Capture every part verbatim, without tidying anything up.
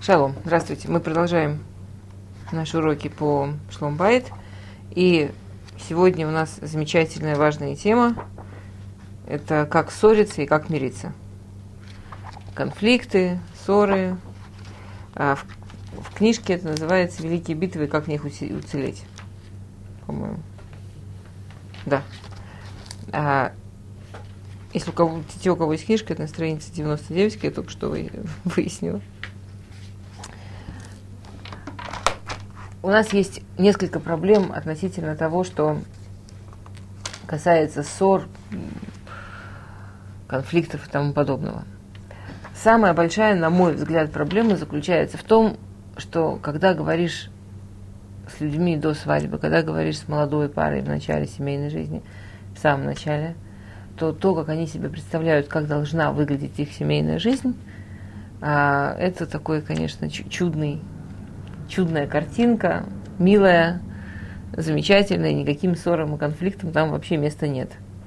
Шалом, здравствуйте. Мы продолжаем наши уроки по Шлом Байт. И сегодня у нас замечательная важная тема. Это как ссориться и как мириться. Конфликты, ссоры. А в, в книжке это называется «Великие битвы и как в них уцелеть». По-моему. Да. А если у кого, те, у кого есть книжка, это на странице девяносто девять, я только что выяснила. У нас есть несколько проблем относительно того, что касается ссор, конфликтов и тому подобного. Самая большая, на мой взгляд, проблема заключается в том, что когда говоришь с людьми до свадьбы, когда говоришь с молодой парой в начале семейной жизни, в самом начале, то то, как они себе представляют, как должна выглядеть их семейная жизнь, это такой, конечно, чудный чудная картинка, милая, замечательная, никаким ссорам и конфликтам там вообще места нет.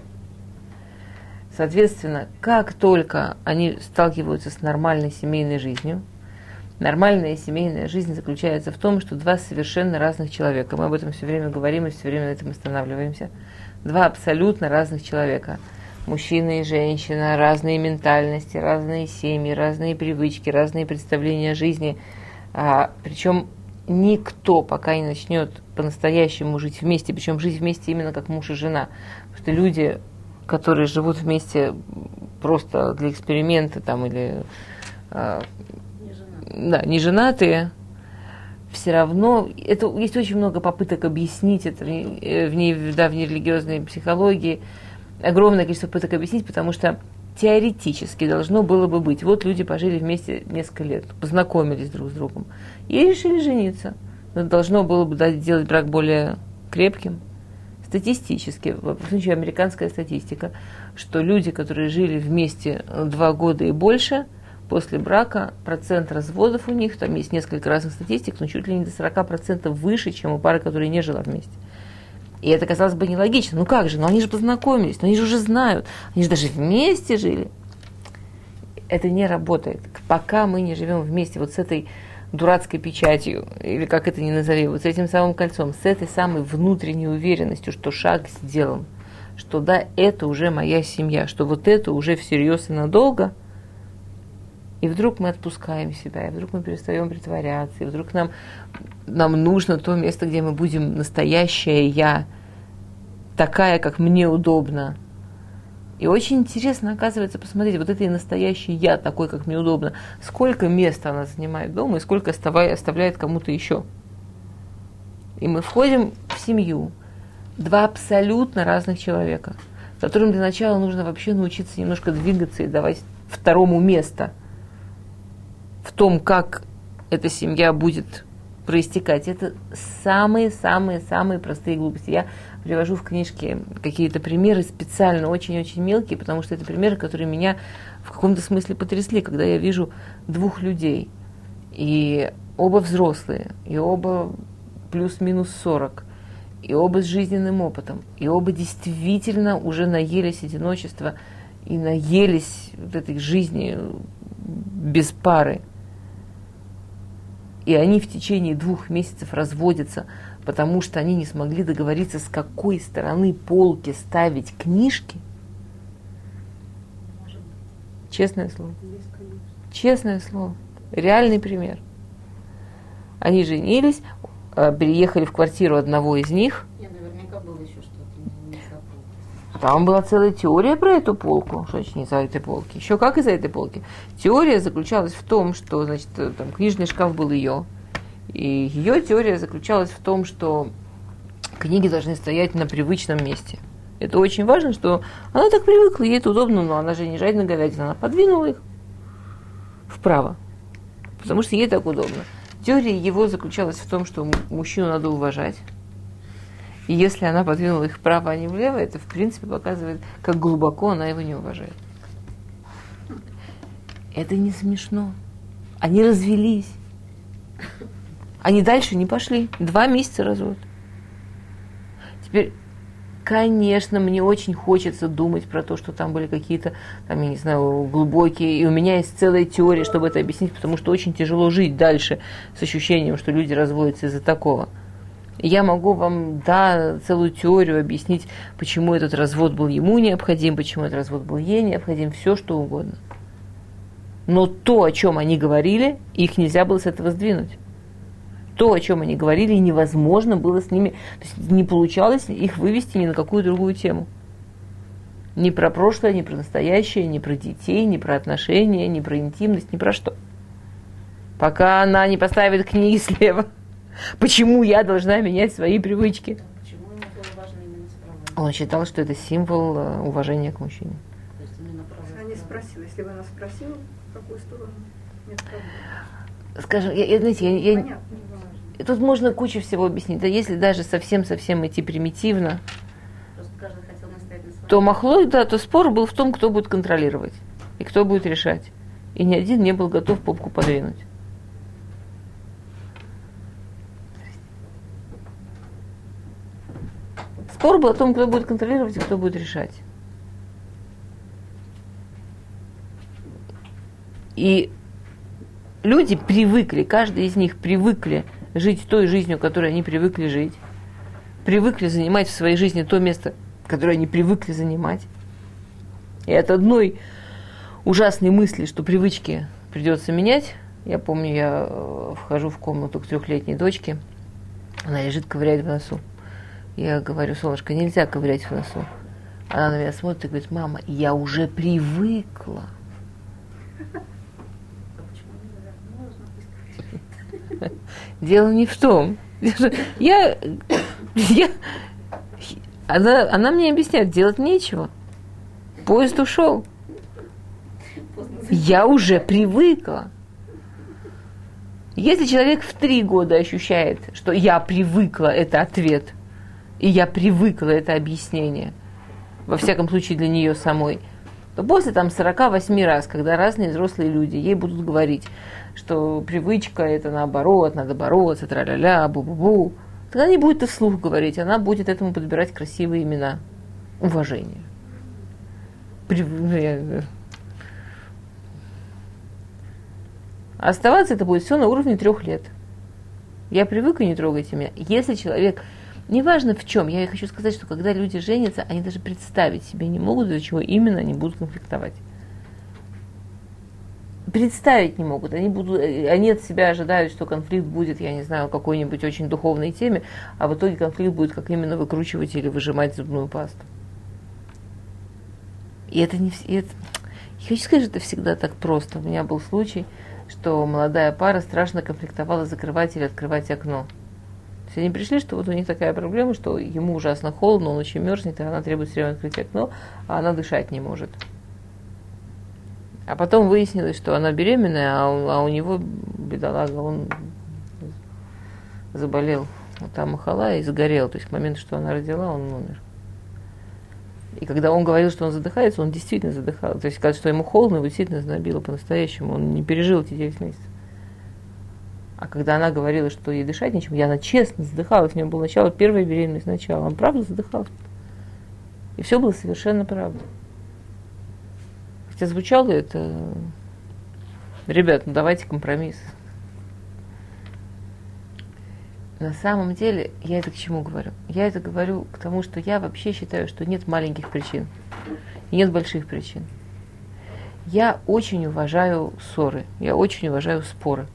Соответственно, как только они сталкиваются с нормальной семейной жизнью, нормальная семейная жизнь заключается в том, что два совершенно разных человека, мы об этом все время говорим и все время на этом останавливаемся, два абсолютно разных человека, мужчина и женщина, разные ментальности, разные семьи, разные привычки, разные представления о жизни. А, причем никто пока не начнет по-настоящему жить вместе, причем жить вместе именно как муж и жена. Потому что люди, которые живут вместе просто для эксперимента там, или а, не да, не женатые, все равно это, есть очень много попыток объяснить это в, в, ней, да, в нерелигиозной психологии, огромное количество попыток объяснить, потому что теоретически должно было бы быть. Вот люди пожили вместе несколько лет, познакомились друг с другом и решили жениться. Это должно было бы сделать брак более крепким. Статистически, в случае американская статистика, что люди, которые жили вместе два года и больше, после брака процент разводов у них, там есть несколько разных статистик, но чуть ли не до сорок процентов выше, чем у пары, которая не жила вместе. И это, казалось бы, нелогично. Ну как же, ну они же познакомились, ну они же уже знают, они же даже вместе жили. Это не работает. Пока мы не живем вместе вот с этой дурацкой печатью, или как это ни назови, вот с этим самым кольцом, с этой самой внутренней уверенностью, что шаг сделан, что да, это уже моя семья, что вот это уже всерьез и надолго, и вдруг мы отпускаем себя, и вдруг мы перестаем притворяться, и вдруг нам, нам нужно то место, где мы будем настоящее я, такая, как мне удобно. И очень интересно, оказывается, посмотреть, вот это и настоящее я, такой, как мне удобно, сколько места она занимает дома и сколько оставляет кому-то еще. И мы входим в семью, два абсолютно разных человека, которым для начала нужно вообще научиться немножко двигаться и давать второму место в том, как эта семья будет проистекать. Это самые-самые-самые простые глупости. Я привожу в книжке какие-то примеры специально очень-очень мелкие, потому что это примеры, которые меня в каком-то смысле потрясли, когда я вижу двух людей, и оба взрослые, и оба плюс-минус сорок, и оба с жизненным опытом, и оба действительно уже наелись одиночества и наелись вот этой жизни без пары. И они в течение двух месяцев разводятся, потому что они не смогли договориться, с какой стороны полки ставить книжки. Честное слово. Честное слово. Реальный пример. Они женились, переехали в квартиру одного из них. Нет, наверняка было еще что-то не за полку. Там была целая теория про эту полку, что значит не за этой полки. Еще как из-за этой полки. Теория заключалась в том, что, значит, там книжный шкаф был ее. И ее теория заключалась в том, что книги должны стоять на привычном месте. Это очень важно, что она так привыкла, ей это удобно, но она же не жадина говядина, она подвинула их вправо, потому что ей так удобно. Теория его заключалась в том, что мужчину надо уважать. И если она подвинула их вправо, а не влево, это, в принципе, показывает, как глубоко она его не уважает. Это не смешно. Они развелись. Они дальше не пошли. Два месяца развод. Теперь Конечно, мне очень хочется думать про то, что там были какие-то, там, я не знаю, глубокие, и у меня есть целая теория, чтобы это объяснить, потому что очень тяжело жить дальше с ощущением, что люди разводятся из-за такого. Я могу вам, да, целую теорию объяснить, почему этот развод был ему необходим, почему этот развод был ей необходим, все что угодно. Но то, о чем они говорили, их нельзя было с этого сдвинуть. То, о чем они говорили, невозможно было с ними, то есть не получалось их вывести ни на какую другую тему. Ни про прошлое, ни про настоящее, ни про детей, ни про отношения, ни про интимность, ни про что. Пока она не поставит книги слева. Почему я должна менять свои привычки? Почему ему было важно именно справа? Он считал, что это символ уважения к мужчине. То есть именно право. Я не спросила. Если бы она спросила, в какую сторону, нет проблем. Скажем, я, я, знаете, я, я, Понятно, не важно. тут можно кучу всего объяснить. Да если даже совсем-совсем идти примитивно, Просто каждый хотел настоять на своем. то Махлой, да, то спор был в том, кто будет контролировать и кто будет решать. И ни один не был готов попку подвинуть. Спор был о том, кто будет контролировать и кто будет решать. И люди привыкли, каждый из них привыкли жить той жизнью, которой они привыкли жить. Привыкли занимать в своей жизни то место, которое они привыкли занимать. И от одной ужасной мысли, что привычки придется менять, я помню, я вхожу в комнату к трехлетней дочке, она лежит, ковыряет в носу. Я говорю: солнышко, нельзя ковырять в носу. Она на меня смотрит и говорит: мама, я уже привыкла. Дело не в том. Я, я, она, она мне объясняет, делать нечего. Поезд ушел. Я уже привыкла. Если человек в три года ощущает, что я привыкла, это ответ, и я привыкла, это объяснение, во всяком случае для нее самой, то после там сорок восемь раз, когда разные взрослые люди ей будут говорить, что привычка это наоборот, надо бороться, тра-ля-ля, бу-бу-бу, тогда не будет и вслух говорить, она будет этому подбирать красивые имена. Уважение. Прив... Оставаться это будет все на уровне трех лет. Я привык, и не трогайте меня. Если человек, неважно в чем, я хочу сказать, что когда люди женятся, они даже представить себе не могут, для чего именно они будут конфликтовать. Представить не могут. Они, будут, они от себя ожидают, что конфликт будет, я не знаю, какой-нибудь очень духовной теме, а в итоге конфликт будет как именно выкручивать или выжимать зубную пасту. И это не... И это, я хочу сказать, что это всегда так просто. У меня был случай, что молодая пара страшно конфликтовала, закрывать или открывать окно. То есть они пришли, что вот у них такая проблема, что ему ужасно холодно, он очень мерзнет, и она требует все время открыть окно, а она дышать не может. А потом выяснилось, что она беременная, а у, а у него, бедолага, он заболел. Вот там махала и загорел. То есть к моменту, что она родила, он умер. И когда он говорил, что он задыхается, он действительно задыхался. То есть, когда что ему холодно, его действительно знобило по-настоящему. Он не пережил эти девять месяцев. А когда она говорила, что ей дышать нечем, я она честно задыхалась. У нее было начало первой беременности начала. Он правда задыхался. И все было совершенно правда. Хотя звучало это... Ребят, ну давайте компромисс. На самом деле, я это к чему говорю? Я это говорю к тому, что я вообще считаю, что нет маленьких причин. И нет больших причин. Я очень уважаю ссоры. Я очень уважаю споры.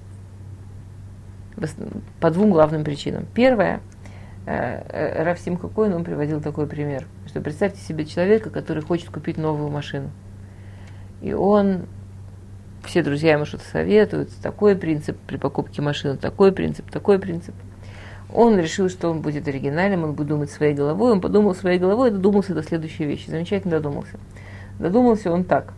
По двум главным причинам. Первое, Рав Симха Коэн, он приводил такой пример, что представьте себе человека, который хочет купить новую машину. И он, все друзья ему что-то советуют, такой принцип при покупке машины, такой принцип, такой принцип. Он решил, что он будет оригинальным, он будет думать своей головой, он подумал своей головой и додумался до следующей вещи. Замечательно додумался. Додумался он так,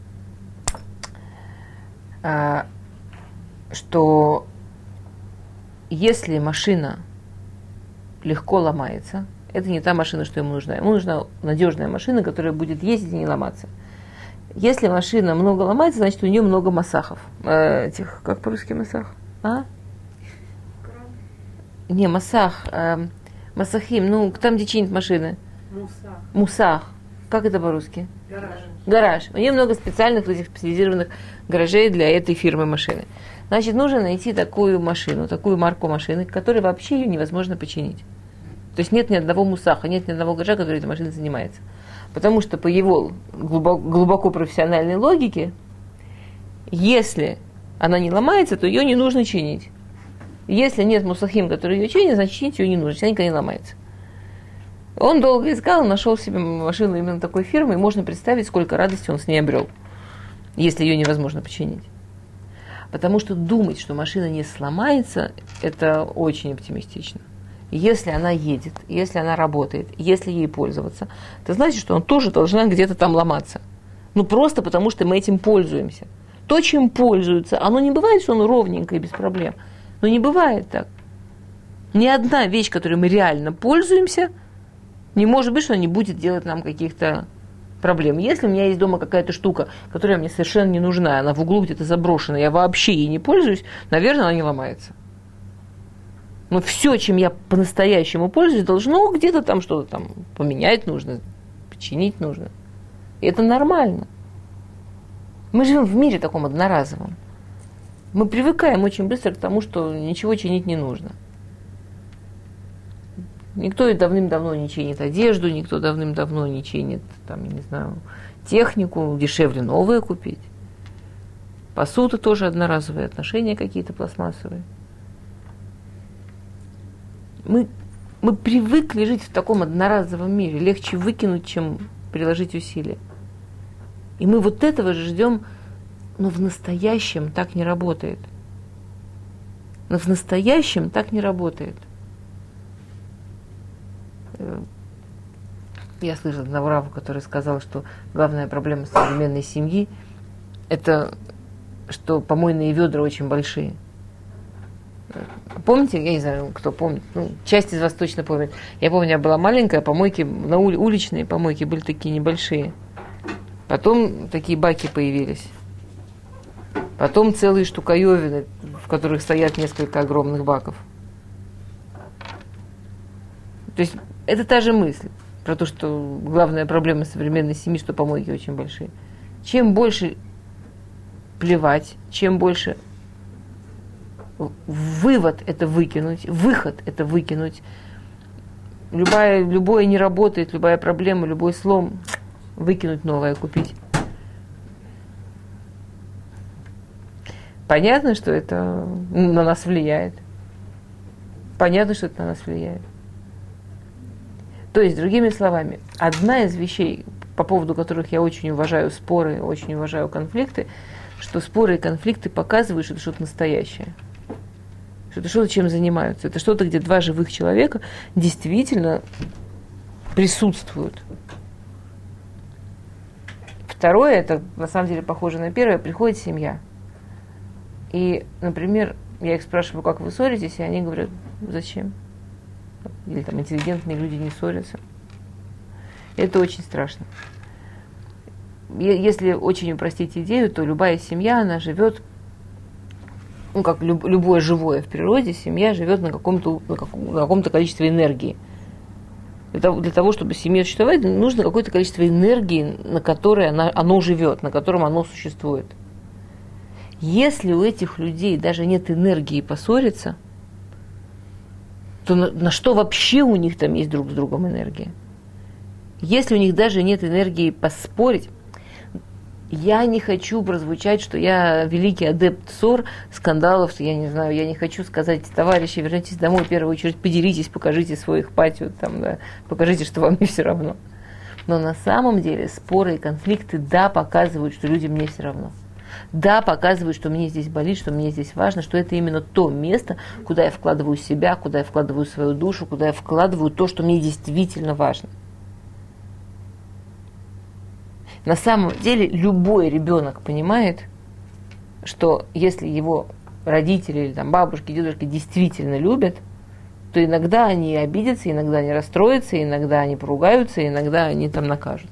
что если машина легко ломается, это не та машина, что ему нужна. Ему нужна надежная машина, которая будет ездить и не ломаться. Если машина много ломается, значит у нее много масахов. Э, этих, как по-русски масах? А? Не, масах. Э, масахим, ну, там, где чинят машины. Мусах. Мусах. Как это по-русски? Гараж. Гараж. У нее много специальных этих специализированных гаражей для этой фирмы машины. Значит, нужно найти такую машину, такую марку машины, которой вообще ее невозможно починить. То есть нет ни одного мусаха, нет ни одного гаража, который этой машиной занимается. Потому что по его глубоко, глубоко профессиональной логике, если она не ломается, то ее не нужно чинить. Если нет мусахим, который ее чинит, значит чинить ее не нужно, она никогда не ломается. Он долго искал, нашел себе машину именно такой фирмы, и можно представить, сколько радости он с ней обрел, если ее невозможно починить. Потому что думать, что машина не сломается, это очень оптимистично. Если она едет, если она работает, если ей пользоваться, это значит, что она тоже должна где-то там ломаться. Ну просто потому, что мы этим пользуемся. То, чем пользуются, оно не бывает, что оно ровненько и без проблем. Но не бывает так. Ни одна вещь, которой мы реально пользуемся, не может быть, что она не будет делать нам каких-то проблем. Если у меня есть дома какая-то штука, которая мне совершенно не нужна, она в углу где-то заброшена, я вообще ей не пользуюсь, наверное, она не ломается. Но все, чем я по-настоящему пользуюсь, должно где-то там что-то там поменять нужно, починить нужно. И это нормально. Мы живем в мире таком одноразовом. Мы привыкаем очень быстро к тому, что ничего чинить не нужно. Никто и давным-давно не чинит одежду, никто давным-давно не чинит, там, я не знаю, технику, дешевле новые купить. Посуда тоже одноразовые, отношения какие-то пластмассовые. Мы, мы привыкли жить в таком одноразовом мире. Легче выкинуть, чем приложить усилия. И мы вот этого же ждем, но в настоящем так не работает. Но в настоящем так не работает. Я слышала одного рава, который сказал, что главная проблема современной семьи – это что помойные ведра очень большие. Помните, я не знаю, кто помнит, ну, часть из вас точно помнит. Я помню, я была маленькая, помойки, на ули, уличные помойки были такие небольшие. Потом такие баки появились. Потом целые штуковины, в которых стоят несколько огромных баков. То есть это та же мысль про то, что главная проблема современной семьи, что помойки очень большие. Чем больше плевать, чем больше вывод это выкинуть, выход это выкинуть, любая, любое не работает, любая проблема, любой слом, выкинуть новое, купить. Понятно, что это на нас влияет. Понятно, что это на нас влияет. То есть, другими словами, одна из вещей, по поводу которых я очень уважаю споры, очень уважаю конфликты, что споры и конфликты показывают, что это что-то настоящее. Что это что-то, чем занимаются. Это что-то, где два живых человека действительно присутствуют. Второе, это на самом деле похоже на первое, приходит семья. И, например, я их спрашиваю, как вы ссоритесь, и они говорят, зачем? Или там интеллигентные люди не ссорятся. Это очень страшно. Если очень упростить идею, то любая семья, она живет, ну, как люб, любое живое в природе, семья живет на каком-то, на каком, на каком-то количестве энергии. Для того, для того, чтобы семье существовать, нужно какое-то количество энергии, на которое она, оно живет, на котором оно существует. Если у этих людей даже нет энергии поссориться, то на, на что вообще у них там есть друг с другом энергия? Если у них даже нет энергии поспорить, я не хочу прозвучать, что я великий адепт ссор, скандалов, я не знаю, я не хочу сказать, товарищи, вернитесь домой, в первую очередь поделитесь, покажите свой эмпатию, там, да, покажите, что вам не все равно. Но на самом деле споры и конфликты, да, показывают, что людям не все равно. Да, показывают, что мне здесь болит, что мне здесь важно, что это именно то место, куда я вкладываю себя, куда я вкладываю свою душу, куда я вкладываю то, что мне действительно важно. На самом деле любой ребенок понимает, что если его родители или там, бабушки, дедушки действительно любят, то иногда они обидятся, иногда они расстроятся, иногда они поругаются, иногда они там накажут.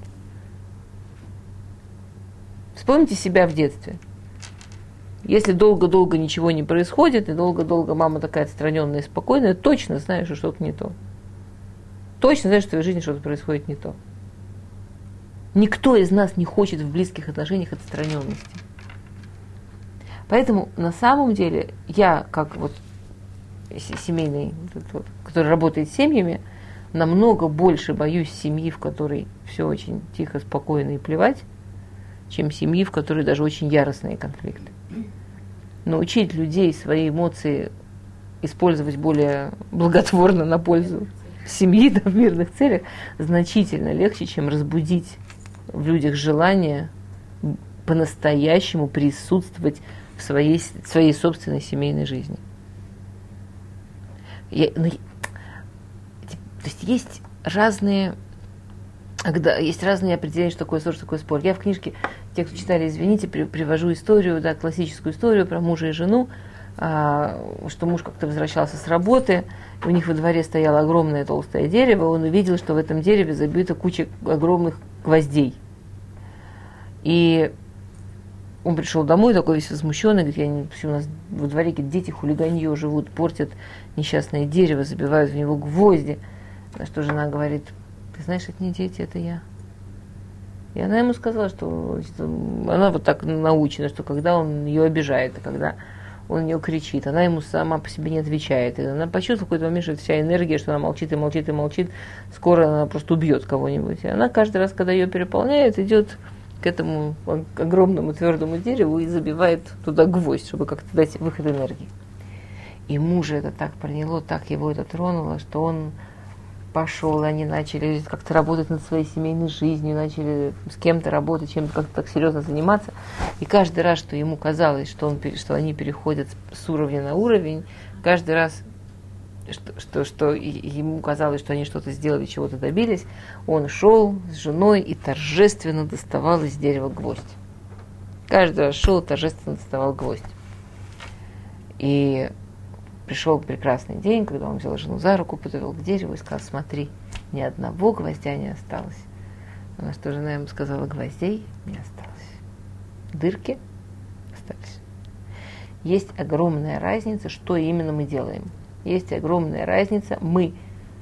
Вспомните себя в детстве. Если долго-долго ничего не происходит, и долго-долго мама такая отстраненная и спокойная, точно знаешь, что что-то не то. точно знаешь, что в твоей жизни что-то происходит не то. Никто из нас не хочет в близких отношениях отстраненности. Поэтому на самом деле я, как вот семейный, который работает с семьями, намного больше боюсь семьи, в которой все очень тихо, спокойно и плевать, чем семьи, в которой даже очень яростные конфликты. Научить людей свои эмоции использовать более благотворно на пользу семьи, да, в мирных целях значительно легче, чем разбудить в людях желание по-настоящему присутствовать в своей, своей собственной семейной жизни. Я, ну, то есть есть разные, когда, есть разные определения, что такое ссор, что такое спор. Я в книжке, те, кто читали, извините, при, привожу историю, да, классическую историю про мужа и жену, а, что муж как-то возвращался с работы, у них во дворе стояло огромное толстое дерево, он увидел, что в этом дереве забита куча огромных гвоздей. И он пришел домой, такой весь возмущенный, говорит, я не, у нас во дворе дети хулиганье живут, портят несчастное дерево, забивают в него гвозди. На что жена говорит, ты знаешь, это не дети, это я. И она ему сказала, что, что она вот так научена, что когда он ее обижает, и когда он на нее кричит, она ему сама по себе не отвечает. И она почувствовала в какой-то момент, что вся энергия, что она молчит и молчит и молчит, скоро она просто убьет кого-нибудь. И она каждый раз, когда ее переполняет, идет к этому огромному твердому дереву и забивает туда гвоздь, чтобы как-то дать выход энергии. И мужа это так проняло, так его это тронуло, что он пошел, и они начали как-то работать над своей семейной жизнью, начали с кем-то работать, чем-то как-то так серьезно заниматься. И каждый раз, что ему казалось, что, он, что они переходят с уровня на уровень, каждый раз, что, что, что ему казалось, что они что-то сделали, чего-то добились, он шел с женой и торжественно доставал из дерева гвоздь. Каждый раз шел, торжественно доставал гвоздь. И пришел прекрасный день, когда он взял жену за руку, подвел к дереву и сказал, смотри, ни одного гвоздя не осталось. На что жена ему сказала, гвоздей не осталось. Дырки остались. Есть огромная разница, что именно мы делаем. Есть огромная разница, мы,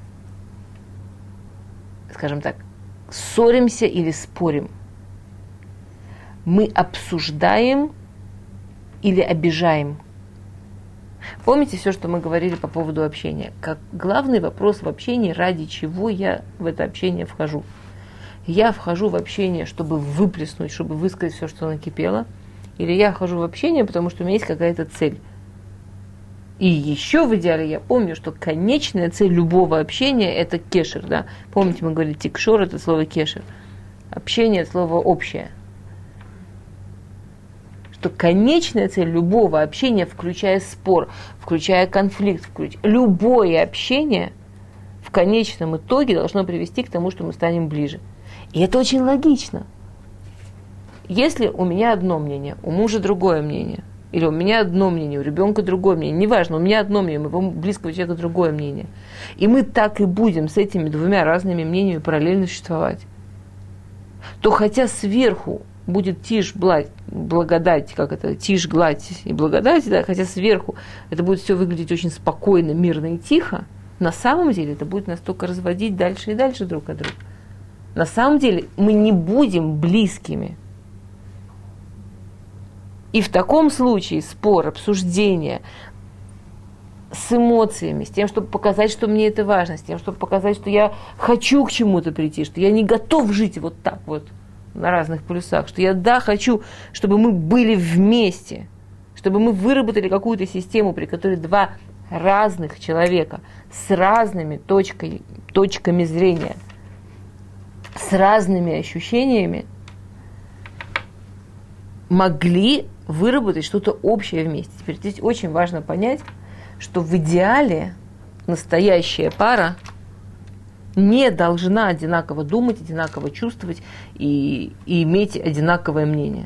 скажем так, ссоримся или спорим. Мы обсуждаем или обижаем. Помните все, что мы говорили по поводу общения? Как главный вопрос в общении, ради чего я в это общение вхожу. Я вхожу в общение, чтобы выплеснуть, чтобы высказать все, что накипело, или я вхожу в общение, потому что у меня есть какая-то цель. И еще в идеале я помню, что конечная цель любого общения – это кешер. Да? Помните, мы говорили, тикшор – это слово кешер. Общение – это слово общее. Что конечная цель любого общения, включая спор, включая конфликт, включая любое общение, в конечном итоге должно привести к тому, что мы станем ближе. И это очень логично. Если у меня одно мнение, у мужа другое мнение, или у меня одно мнение, у ребенка другое мнение, неважно, у меня одно мнение, у моего близкого человека другое мнение, и мы так и будем с этими двумя разными мнениями параллельно существовать, то хотя сверху будет тишь, гладь, благодать, как это, тишь, гладь и благодать, да, хотя сверху это будет все выглядеть очень спокойно, мирно и тихо, на самом деле это будет нас только разводить дальше и дальше друг от друга. На самом деле мы не будем близкими. И в таком случае спор, обсуждение с эмоциями, с тем, чтобы показать, что мне это важно, с тем, чтобы показать, что я хочу к чему-то прийти, что я не готов жить вот так вот, на разных полюсах, что я, да, хочу, чтобы мы были вместе, чтобы мы выработали какую-то систему, при которой два разных человека с разными точкой, точками зрения, с разными ощущениями могли выработать что-то общее вместе. Теперь здесь очень важно понять, что в идеале настоящая пара не должна одинаково думать, одинаково чувствовать и, и иметь одинаковое мнение.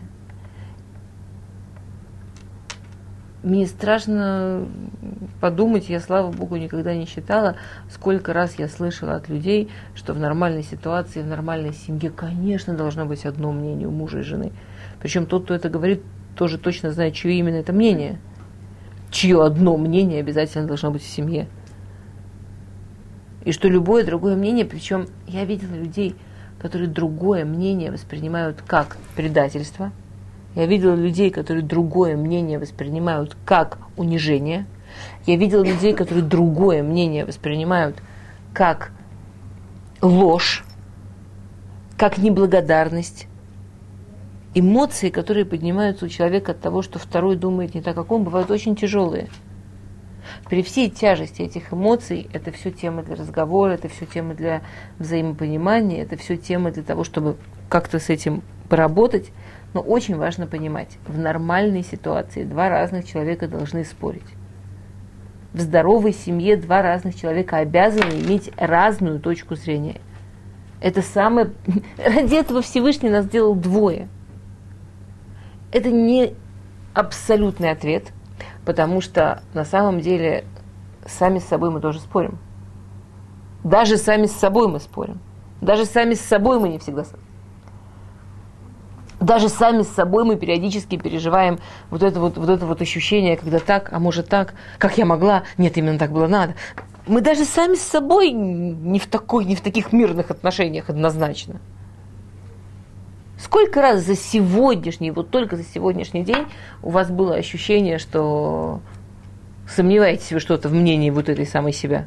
Мне страшно подумать, я, слава богу, никогда не считала, сколько раз я слышала от людей, что в нормальной ситуации, в нормальной семье, конечно, должно быть одно мнение у мужа и жены. Причем тот, кто это говорит, тоже точно знает, чье именно это мнение. Чье одно мнение обязательно должно быть в семье. И что любое другое мнение, причем я видела людей, которые другое мнение воспринимают как предательство. Я видела людей, которые другое мнение воспринимают как унижение. Я видела людей, которые другое мнение воспринимают как ложь, как неблагодарность. Эмоции, которые поднимаются у человека от того, что второй думает не так, как он, бывают очень тяжелые. При всей тяжести этих эмоций, это все темы для разговора, это все темы для взаимопонимания, это все темы для того, чтобы как-то с этим поработать. Но очень важно понимать, в нормальной ситуации два разных человека должны спорить. В здоровой семье два разных человека обязаны иметь разную точку зрения. Это самое... Ради этого Всевышний нас сделал двое. Это не абсолютный ответ, потому что на самом деле сами с собой мы тоже спорим. Даже сами с собой мы спорим. Даже сами с собой мы не всегда согласны. Даже сами с собой мы периодически переживаем вот это вот, вот это вот ощущение, когда так, а может так, как я могла, нет, именно так было надо. Мы даже сами с собой не в, такой, не в таких мирных отношениях однозначно. Сколько раз за сегодняшний, вот только за сегодняшний день у вас было ощущение, что сомневаетесь вы что-то в мнении вот этой самой себя?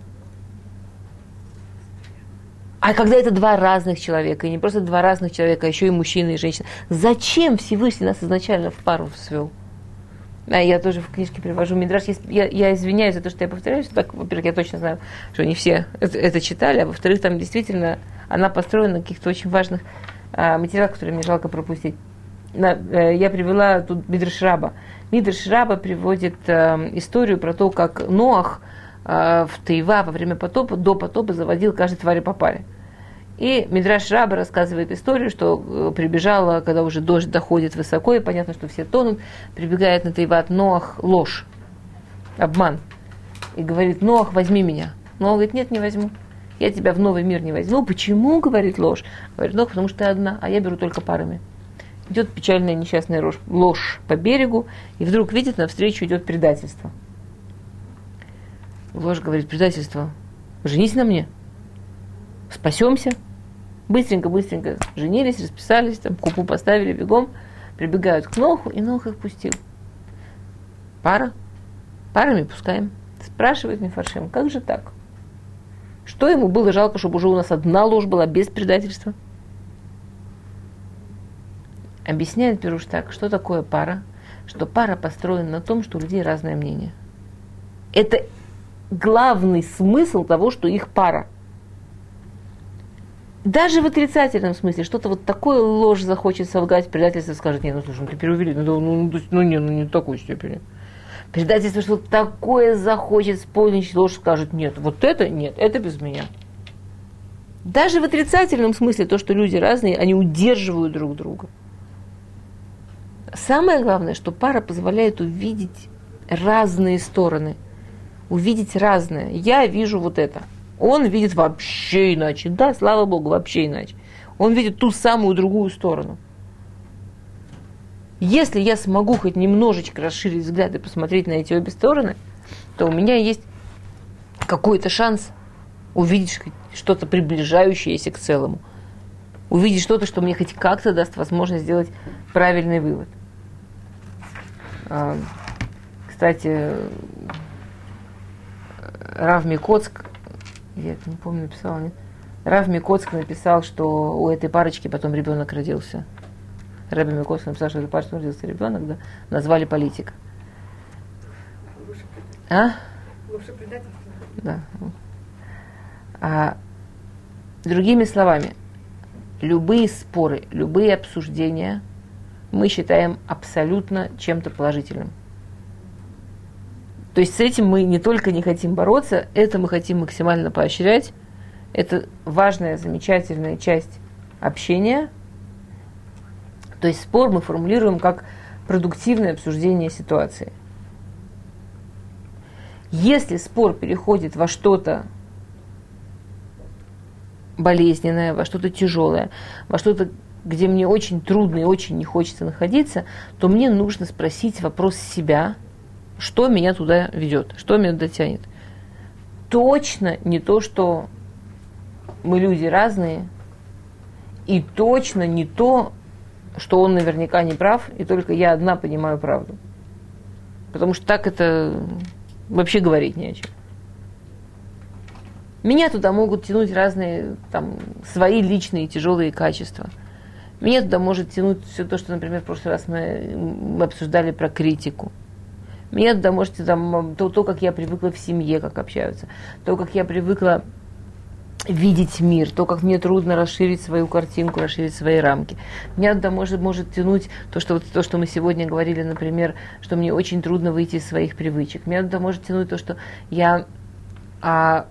А когда это два разных человека, и не просто два разных человека, а еще и мужчина и женщина, зачем Всевышний нас изначально в пару свел? А я тоже в книжке привожу Мидраш. Я, я извиняюсь за то, что я повторяюсь. Так, во-первых, я точно знаю, что не все это, это читали, а во-вторых, там действительно она построена на каких-то очень важных а, материалах, которые мне жалко пропустить. На, а, я привела тут Мидраш Раба. Мидраш Раба приводит а, историю про то, как Ноах а, в Тейва во время потопа, до потопа заводил каждой твари по паре. И Мидраш Раба рассказывает историю, что прибежала, когда уже дождь доходит высоко, и понятно, что все тонут, прибегает на Тейват Ноах ложь, обман. И говорит: Ноах, возьми меня. Ноах говорит: нет, не возьму. Я тебя в новый мир не возьму. Почему, говорит ложь? Говорит: Ноах, потому что ты одна, а я беру только парами. Идет печальная несчастная ложь, ложь по берегу, и вдруг видит, навстречу идет предательство. Ложь говорит: предательство, женись на мне, спасемся. Быстренько-быстренько женились, расписались, там купу поставили бегом, прибегают к Ноху, и Нох их пустил. Пара, парами пускаем. Спрашивает Мефаршим: как же так? Что ему было жалко, чтобы уже у нас одна ложь была без предательства? Объясняет Пируш так: что такое пара? Что пара построена на том, что у людей разное мнение. Это главный смысл того, что их пара. Даже в отрицательном смысле, что-то вот такое ложь захочет солгать, предательство скажет: нет, ну слушай, ну ты преувеличил, ну, ну, ну, ну не, ну не в такой степени. Предательство что-то такое захочет спорничать, ложь скажет: нет, вот это нет, это без меня. Даже в отрицательном смысле то, что люди разные, они удерживают друг друга. Самое главное, что пара позволяет увидеть разные стороны, увидеть разное. Я вижу вот это. Он видит вообще иначе. Да, слава Богу, вообще иначе. Он видит ту самую другую сторону. Если я смогу хоть немножечко расширить взгляд и посмотреть на эти обе стороны, то у меня есть какой-то шанс увидеть что-то приближающееся к целому. Увидеть что-то, что мне хоть как-то даст возможность сделать правильный вывод. Кстати, Рав Микоцк, я это не помню, написала, нет? Рав Микоцк написал, что у этой парочки потом ребенок родился. Рав Микоцк написал, что у этой парочки родился ребенок, да? Назвали политика. А? Лучше предательство. Да. А, другими словами, любые споры, любые обсуждения мы считаем абсолютно чем-то положительным. То есть с этим мы не только не хотим бороться, это мы хотим максимально поощрять. Это важная, замечательная часть общения. То есть спор мы формулируем как продуктивное обсуждение ситуации. Если спор переходит во что-то болезненное, во что-то тяжелое, во что-то, где мне очень трудно и очень не хочется находиться, то мне нужно спросить вопрос себя, что меня туда ведет, что меня туда тянет. Точно не то, что мы люди разные, и точно не то, что он наверняка не прав, и только я одна понимаю правду. Потому что так это вообще говорить не о чем. Меня туда могут тянуть разные там, свои личные тяжелые качества. Меня туда может тянуть все то, что, например, в прошлый раз мы, мы обсуждали про критику. Меня туда может там, то, то, как я привыкла в семье, как общаются, то, как я привыкла видеть мир, то, как мне трудно расширить свою картинку, расширить свои рамки. Меня туда может, может тянуть то что, вот, то, что мы сегодня говорили, например, что мне очень трудно выйти из своих привычек. Меня туда может тянуть то, что я а,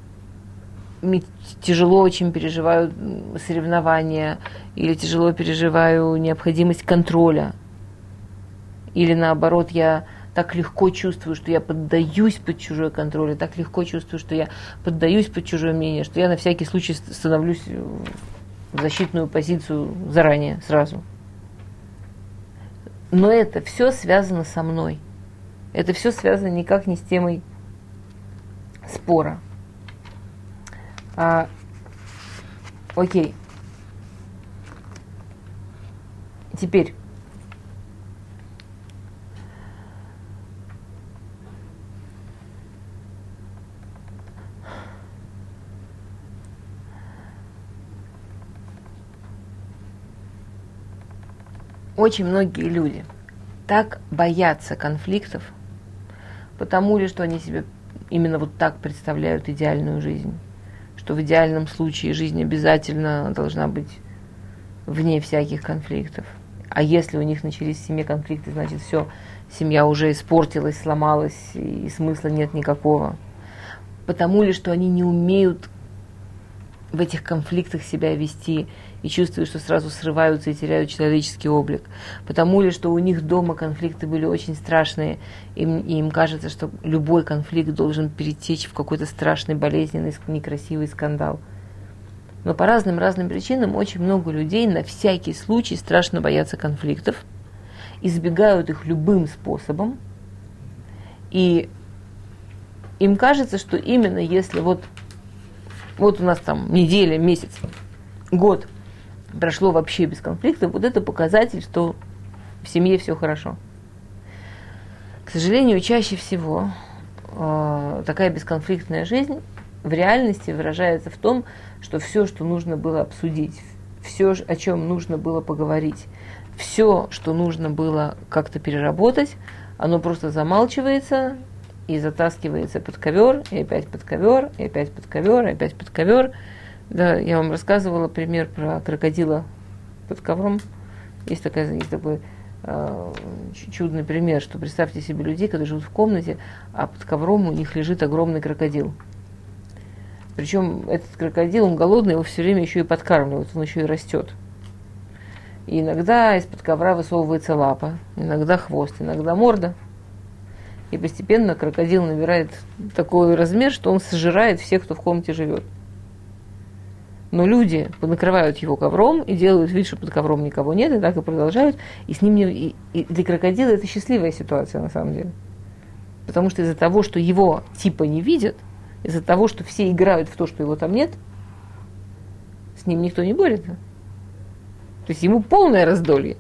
тяжело очень переживаю соревнования, или тяжело переживаю необходимость контроля, или наоборот, я так легко чувствую, что я поддаюсь под чужой контроль, и так легко чувствую, что я поддаюсь под чужое мнение, что я на всякий случай становлюсь в защитную позицию заранее, сразу. Но это все связано со мной. Это все связано никак не с темой спора. А, окей. Теперь. Очень многие люди так боятся конфликтов, потому ли, что они себе именно вот так представляют идеальную жизнь, что в идеальном случае жизнь обязательно должна быть вне всяких конфликтов. А если у них начались в семье конфликты, значит все, семья уже испортилась, сломалась, и смысла нет никакого. Потому ли, что они не умеют в этих конфликтах себя вести и чувствуют, что сразу срываются и теряют человеческий облик. Потому ли, что у них дома конфликты были очень страшные, и им кажется, что любой конфликт должен перетечь в какой-то страшный, болезненный, некрасивый скандал. Но по разным-разным причинам очень много людей на всякий случай страшно боятся конфликтов, избегают их любым способом, и им кажется, что именно если вот Вот у нас там неделя, месяц, год прошло вообще без конфликта, вот это показатель, что в семье все хорошо. К сожалению, чаще всего э, такая бесконфликтная жизнь в реальности выражается в том, что все, что нужно было обсудить, все, о чем нужно было поговорить, все, что нужно было как-то переработать, оно просто замалчивается и затаскивается под ковер, и опять под ковер, и опять под ковер, и опять под ковер. Да, я вам рассказывала пример про крокодила под ковром. Есть, такая, есть такой э, чудный пример, что представьте себе людей, которые живут в комнате, а под ковром у них лежит огромный крокодил. Причем этот крокодил, он голодный, его все время еще и подкармливают, он еще и растет. И иногда из-под ковра высовывается лапа, иногда хвост, иногда морда. И постепенно крокодил набирает такой размер, что он сожирает всех, кто в комнате живет. Но люди накрывают его ковром и делают вид, что под ковром никого нет, и так и продолжают. И с ним не... и, и для крокодила это счастливая ситуация на самом деле. Потому что из-за того, что его типа не видят, из-за того, что все играют в то, что его там нет, с ним никто не борется. То есть ему полное раздолье.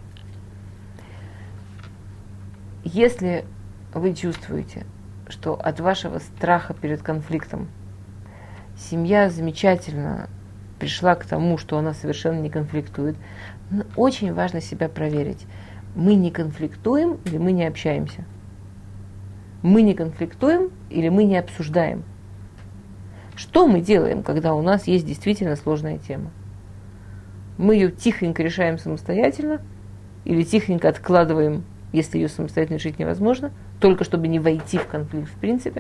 Если вы чувствуете, что от вашего страха перед конфликтом семья замечательно пришла к тому, что она совершенно не конфликтует, очень важно себя проверить. Мы не конфликтуем или мы не общаемся? Мы не конфликтуем или мы не обсуждаем? Что мы делаем, когда у нас есть действительно сложная тема? Мы ее тихонько решаем самостоятельно или тихонько откладываем, если ее самостоятельно решить невозможно, только чтобы не войти в конфликт в принципе.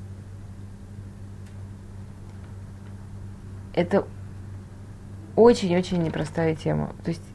Это очень-очень непростая тема. То есть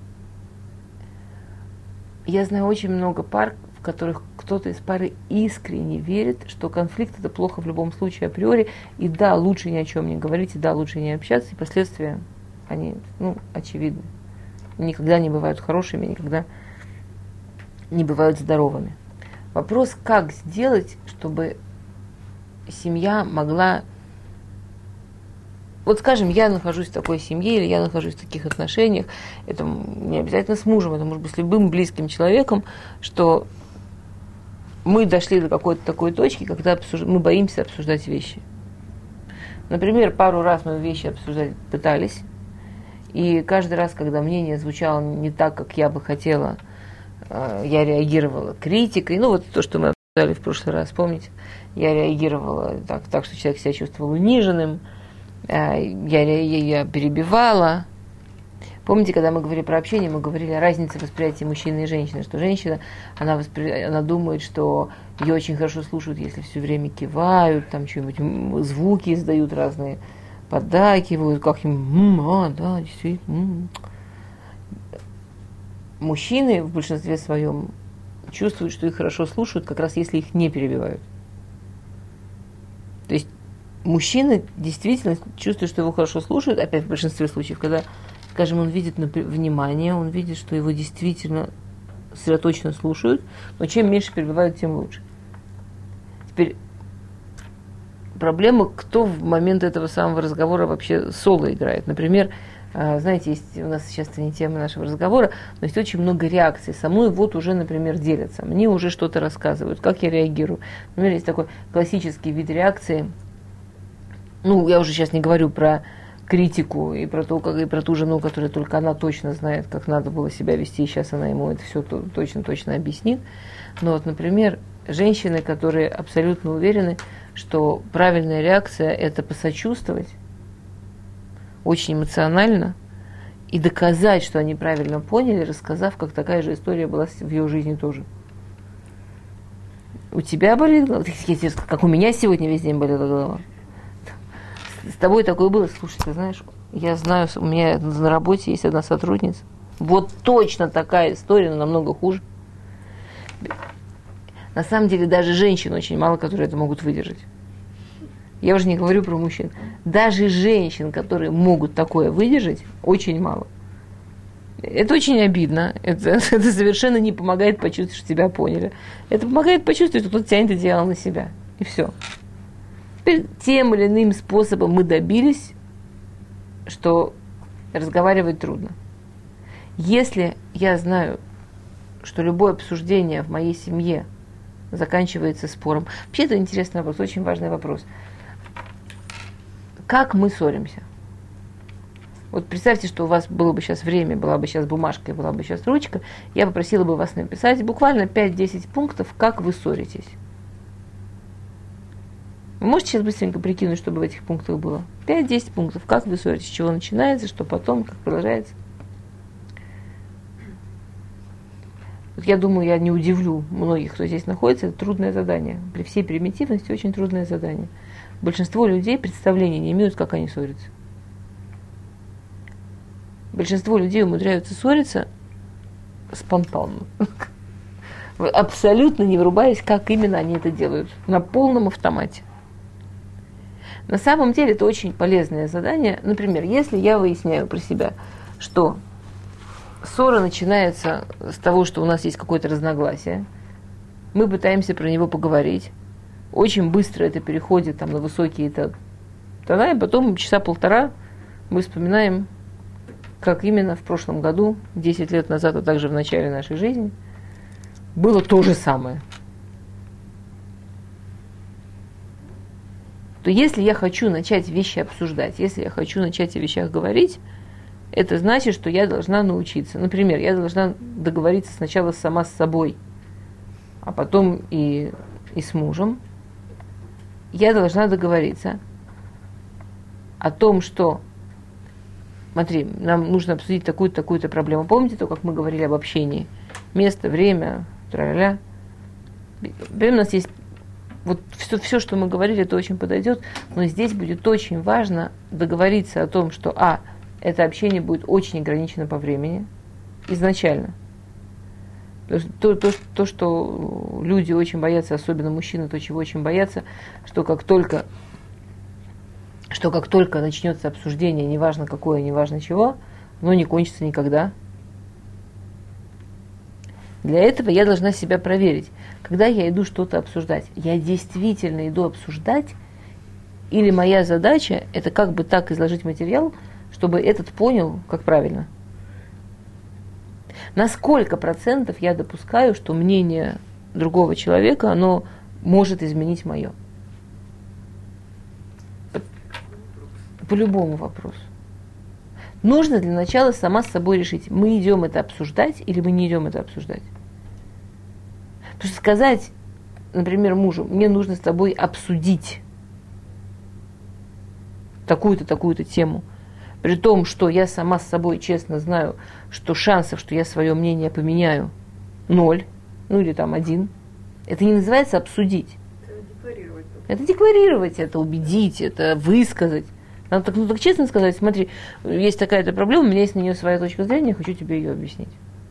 я знаю очень много пар, в которых кто-то из пары искренне верит, что конфликт это плохо в любом случае априори, и да, лучше ни о чем не говорить, и да, лучше не общаться, и последствия, они, ну, очевидны. Никогда не бывают хорошими, никогда не бывают здоровыми. Вопрос, как сделать, чтобы семья могла вот скажем, я нахожусь в такой семье, или я нахожусь в таких отношениях, это не обязательно с мужем, это может быть с любым близким человеком, что мы дошли до какой-то такой точки, когда обсуж... мы боимся обсуждать вещи. Например, пару раз мы вещи обсуждать пытались, и каждый раз, когда мнение звучало не так, как я бы хотела, я реагировала критикой. Ну, вот то, что мы обсуждали в прошлый раз, помните? Я реагировала так, так что человек себя чувствовал униженным, я, я, я перебивала. Помните, когда мы говорили про общение, мы говорили о разнице восприятия мужчины и женщины, что женщина, она, воспри... она думает, что ее очень хорошо слушают, если все время кивают, там что-нибудь, звуки издают разные, поддакивают, как-нибудь, а, да, действительно. М-м. Мужчины в большинстве своем чувствуют, что их хорошо слушают, как раз если их не перебивают. То есть мужчина действительно чувствует, что его хорошо слушают, опять в большинстве случаев, когда, скажем, он видит внимание, он видит, что его действительно сосредоточенно слушают, но чем меньше перебивают, тем лучше. Теперь проблема, кто в момент этого самого разговора вообще соло играет. Например, знаете, есть у нас сейчас это не тема нашего разговора, но есть очень много реакций. Со мной вот уже, например, делятся, мне уже что-то рассказывают, как я реагирую. Например, есть такой классический вид реакции. Ну, я уже сейчас не говорю про критику и про, то, как, и про ту жену, которая только она точно знает, как надо было себя вести, и сейчас она ему это все точно-точно объяснит. Но вот, например, женщины, которые абсолютно уверены, что правильная реакция – это посочувствовать, очень эмоционально, и доказать, что они правильно поняли, рассказав, как такая же история была в ее жизни тоже. У тебя болит голова? Как у меня сегодня весь день болела голова. С тобой такое было? Слушай, ты знаешь, я знаю, у меня на работе есть одна сотрудница. Вот точно такая история, но намного хуже. На самом деле даже женщин очень мало, которые это могут выдержать. Я уже не говорю про мужчин. Даже женщин, которые могут такое выдержать, очень мало. Это очень обидно. Это, это совершенно не помогает почувствовать, что тебя поняли. Это помогает почувствовать, что кто-то тянет одеяло на себя. И все. Теперь тем или иным способом мы добились, что разговаривать трудно. Если я знаю, что любое обсуждение в моей семье заканчивается спором. Вообще это интересный вопрос, очень важный вопрос. Как мы ссоримся? Вот представьте, что у вас было бы сейчас время, была бы сейчас бумажка и была бы сейчас ручка, я попросила бы вас написать буквально пять-десять пунктов, как вы ссоритесь. Вы можете сейчас быстренько прикинуть, что бы в этих пунктах было? пять-десять пунктов, как вы ссоритесь, с чего начинается, что потом, как продолжается. Вот я думаю, я не удивлю многих, кто здесь находится, это трудное задание. При всей примитивности очень трудное задание. Большинство людей представления не имеют, как они ссорятся. Большинство людей умудряются ссориться спонтанно. Абсолютно не врубаясь, как именно они это делают. На полном автомате. На самом деле это очень полезное задание. Например, если я выясняю про себя, что ссора начинается с того, что у нас есть какое-то разногласие, мы пытаемся про него поговорить, очень быстро это переходит там, на высокие тона, и потом часа полтора мы вспоминаем, как именно в прошлом году, десять лет назад, а также в начале нашей жизни, было то же самое. То если я хочу начать вещи обсуждать, если я хочу начать о вещах говорить, это значит, что я должна научиться. Например, я должна договориться сначала сама с собой, а потом и, и с мужем. Я должна договориться о том, что, смотри, нам нужно обсудить такую-то, такую-то проблему. Помните то, как мы говорили об общении? Место, время, тра-ля-ля. У нас есть вот все, все, что мы говорили, это очень подойдет, но здесь будет очень важно договориться о том, что, а, это общение будет очень ограничено по времени изначально. То, то, то, что люди очень боятся, особенно мужчины, то, чего очень боятся, что как только, что как только начнется обсуждение, неважно какое, неважно чего, оно не кончится никогда. Для этого я должна себя проверить. Когда я иду что-то обсуждать, я действительно иду обсуждать, Или моя задача – это как бы так изложить материал, чтобы этот понял, как правильно. На сколько процентов я допускаю, что мнение другого человека, оно может изменить мое? По, по любому вопросу. Нужно для начала сама с собой решить, мы идем это обсуждать или мы не идем это обсуждать. Потому что сказать, например, мужу, мне нужно с тобой обсудить такую-то, такую-то тему, при том, что я сама с собой честно знаю, что шансов, что я свое мнение поменяю, ноль, ну или там один. Это не называется обсудить. Это декларировать. Это декларировать, это убедить, это высказать. Надо так, ну, так честно сказать, смотри, есть такая-то проблема, у меня есть на нее своя точка зрения, я хочу тебе ее объяснить.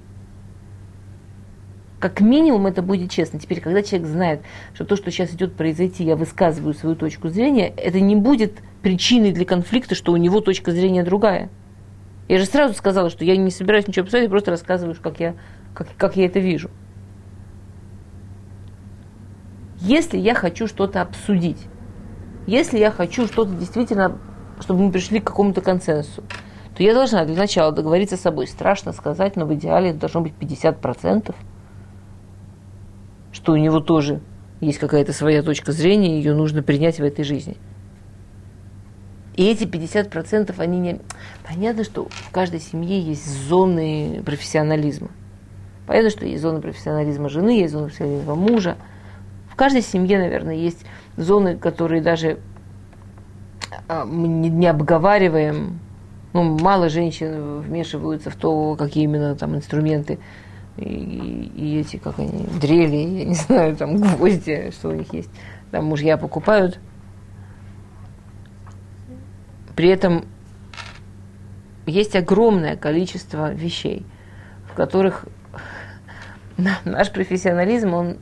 Как минимум это будет честно. Теперь, когда человек знает, что то, что сейчас идет произойти, я высказываю свою точку зрения, это не будет причиной для конфликта, что у него точка зрения другая. Я же сразу сказала, что я не собираюсь ничего писать, я просто рассказываю, как я, как, как я это вижу. Если я хочу что-то обсудить, если я хочу что-то действительно, чтобы мы пришли к какому-то консенсусу, то я должна для начала договориться с собой. Страшно сказать, но в идеале это должно быть пятьдесят процентов. Что у него тоже есть какая-то своя точка зрения, ее нужно принять в этой жизни. И эти пятьдесят процентов, они не... Понятно, что в каждой семье есть зоны профессионализма. Понятно, что есть зоны профессионализма жены, есть зоны профессионализма мужа. В каждой семье, наверное, есть зоны, которые даже а, мы не, не обговариваем. Ну, мало женщин вмешиваются в то, какие именно там инструменты И, и эти, как они, дрели, я не знаю, там гвозди, что у них есть, там мужья покупают. При этом есть огромное количество вещей, в которых наш профессионализм, он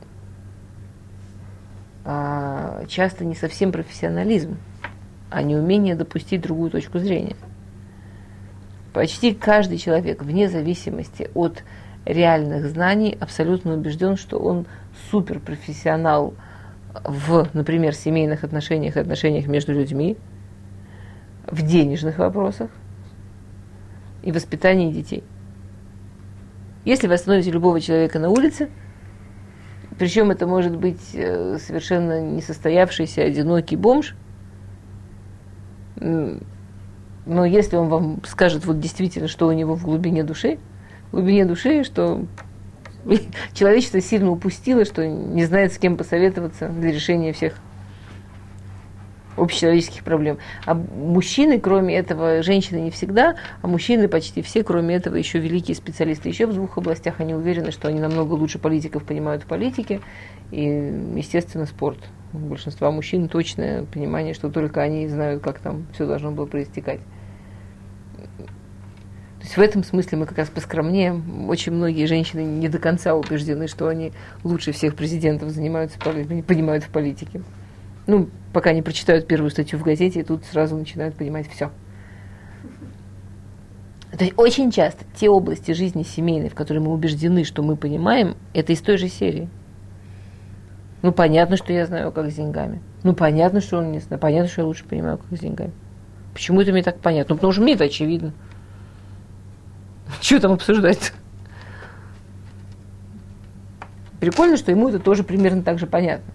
а, часто не совсем профессионализм, а неумение допустить другую точку зрения. Почти каждый человек, вне зависимости от реальных знаний, абсолютно убежден, что он суперпрофессионал в, например, семейных отношениях и отношениях между людьми, в денежных вопросах и воспитании детей. Если вы остановите любого человека на улице, причем это может быть совершенно несостоявшийся одинокий бомж, но если он вам скажет вот действительно, что у него в глубине души, в глубине души, что человечество сильно упустило, что не знает, с кем посоветоваться для решения всех общечеловеческих проблем. А мужчины, кроме этого, женщины не всегда, а мужчины почти все, кроме этого, еще великие специалисты. Еще в двух областях они уверены, что они намного лучше политиков понимают в политике и, естественно, спорт. У большинства мужчин точное понимание, что только они знают, как там все должно было проистекать. То есть в этом смысле мы как раз поскромнее. Очень многие женщины не до конца убеждены, что они лучше всех президентов занимаются, не понимают в политике. Ну, пока не прочитают первую статью в газете, и тут сразу начинают понимать все. То есть очень часто те области жизни семейной, в которые мы убеждены, что мы понимаем, это из той же серии. Ну, понятно, что я знаю, как с деньгами. Ну, понятно, что он не знает. Понятно, что я лучше понимаю, как с деньгами. Почему это мне так понятно? Ну, потому что мне это очевидно. Что там обсуждать? Прикольно, что ему это тоже примерно так же понятно.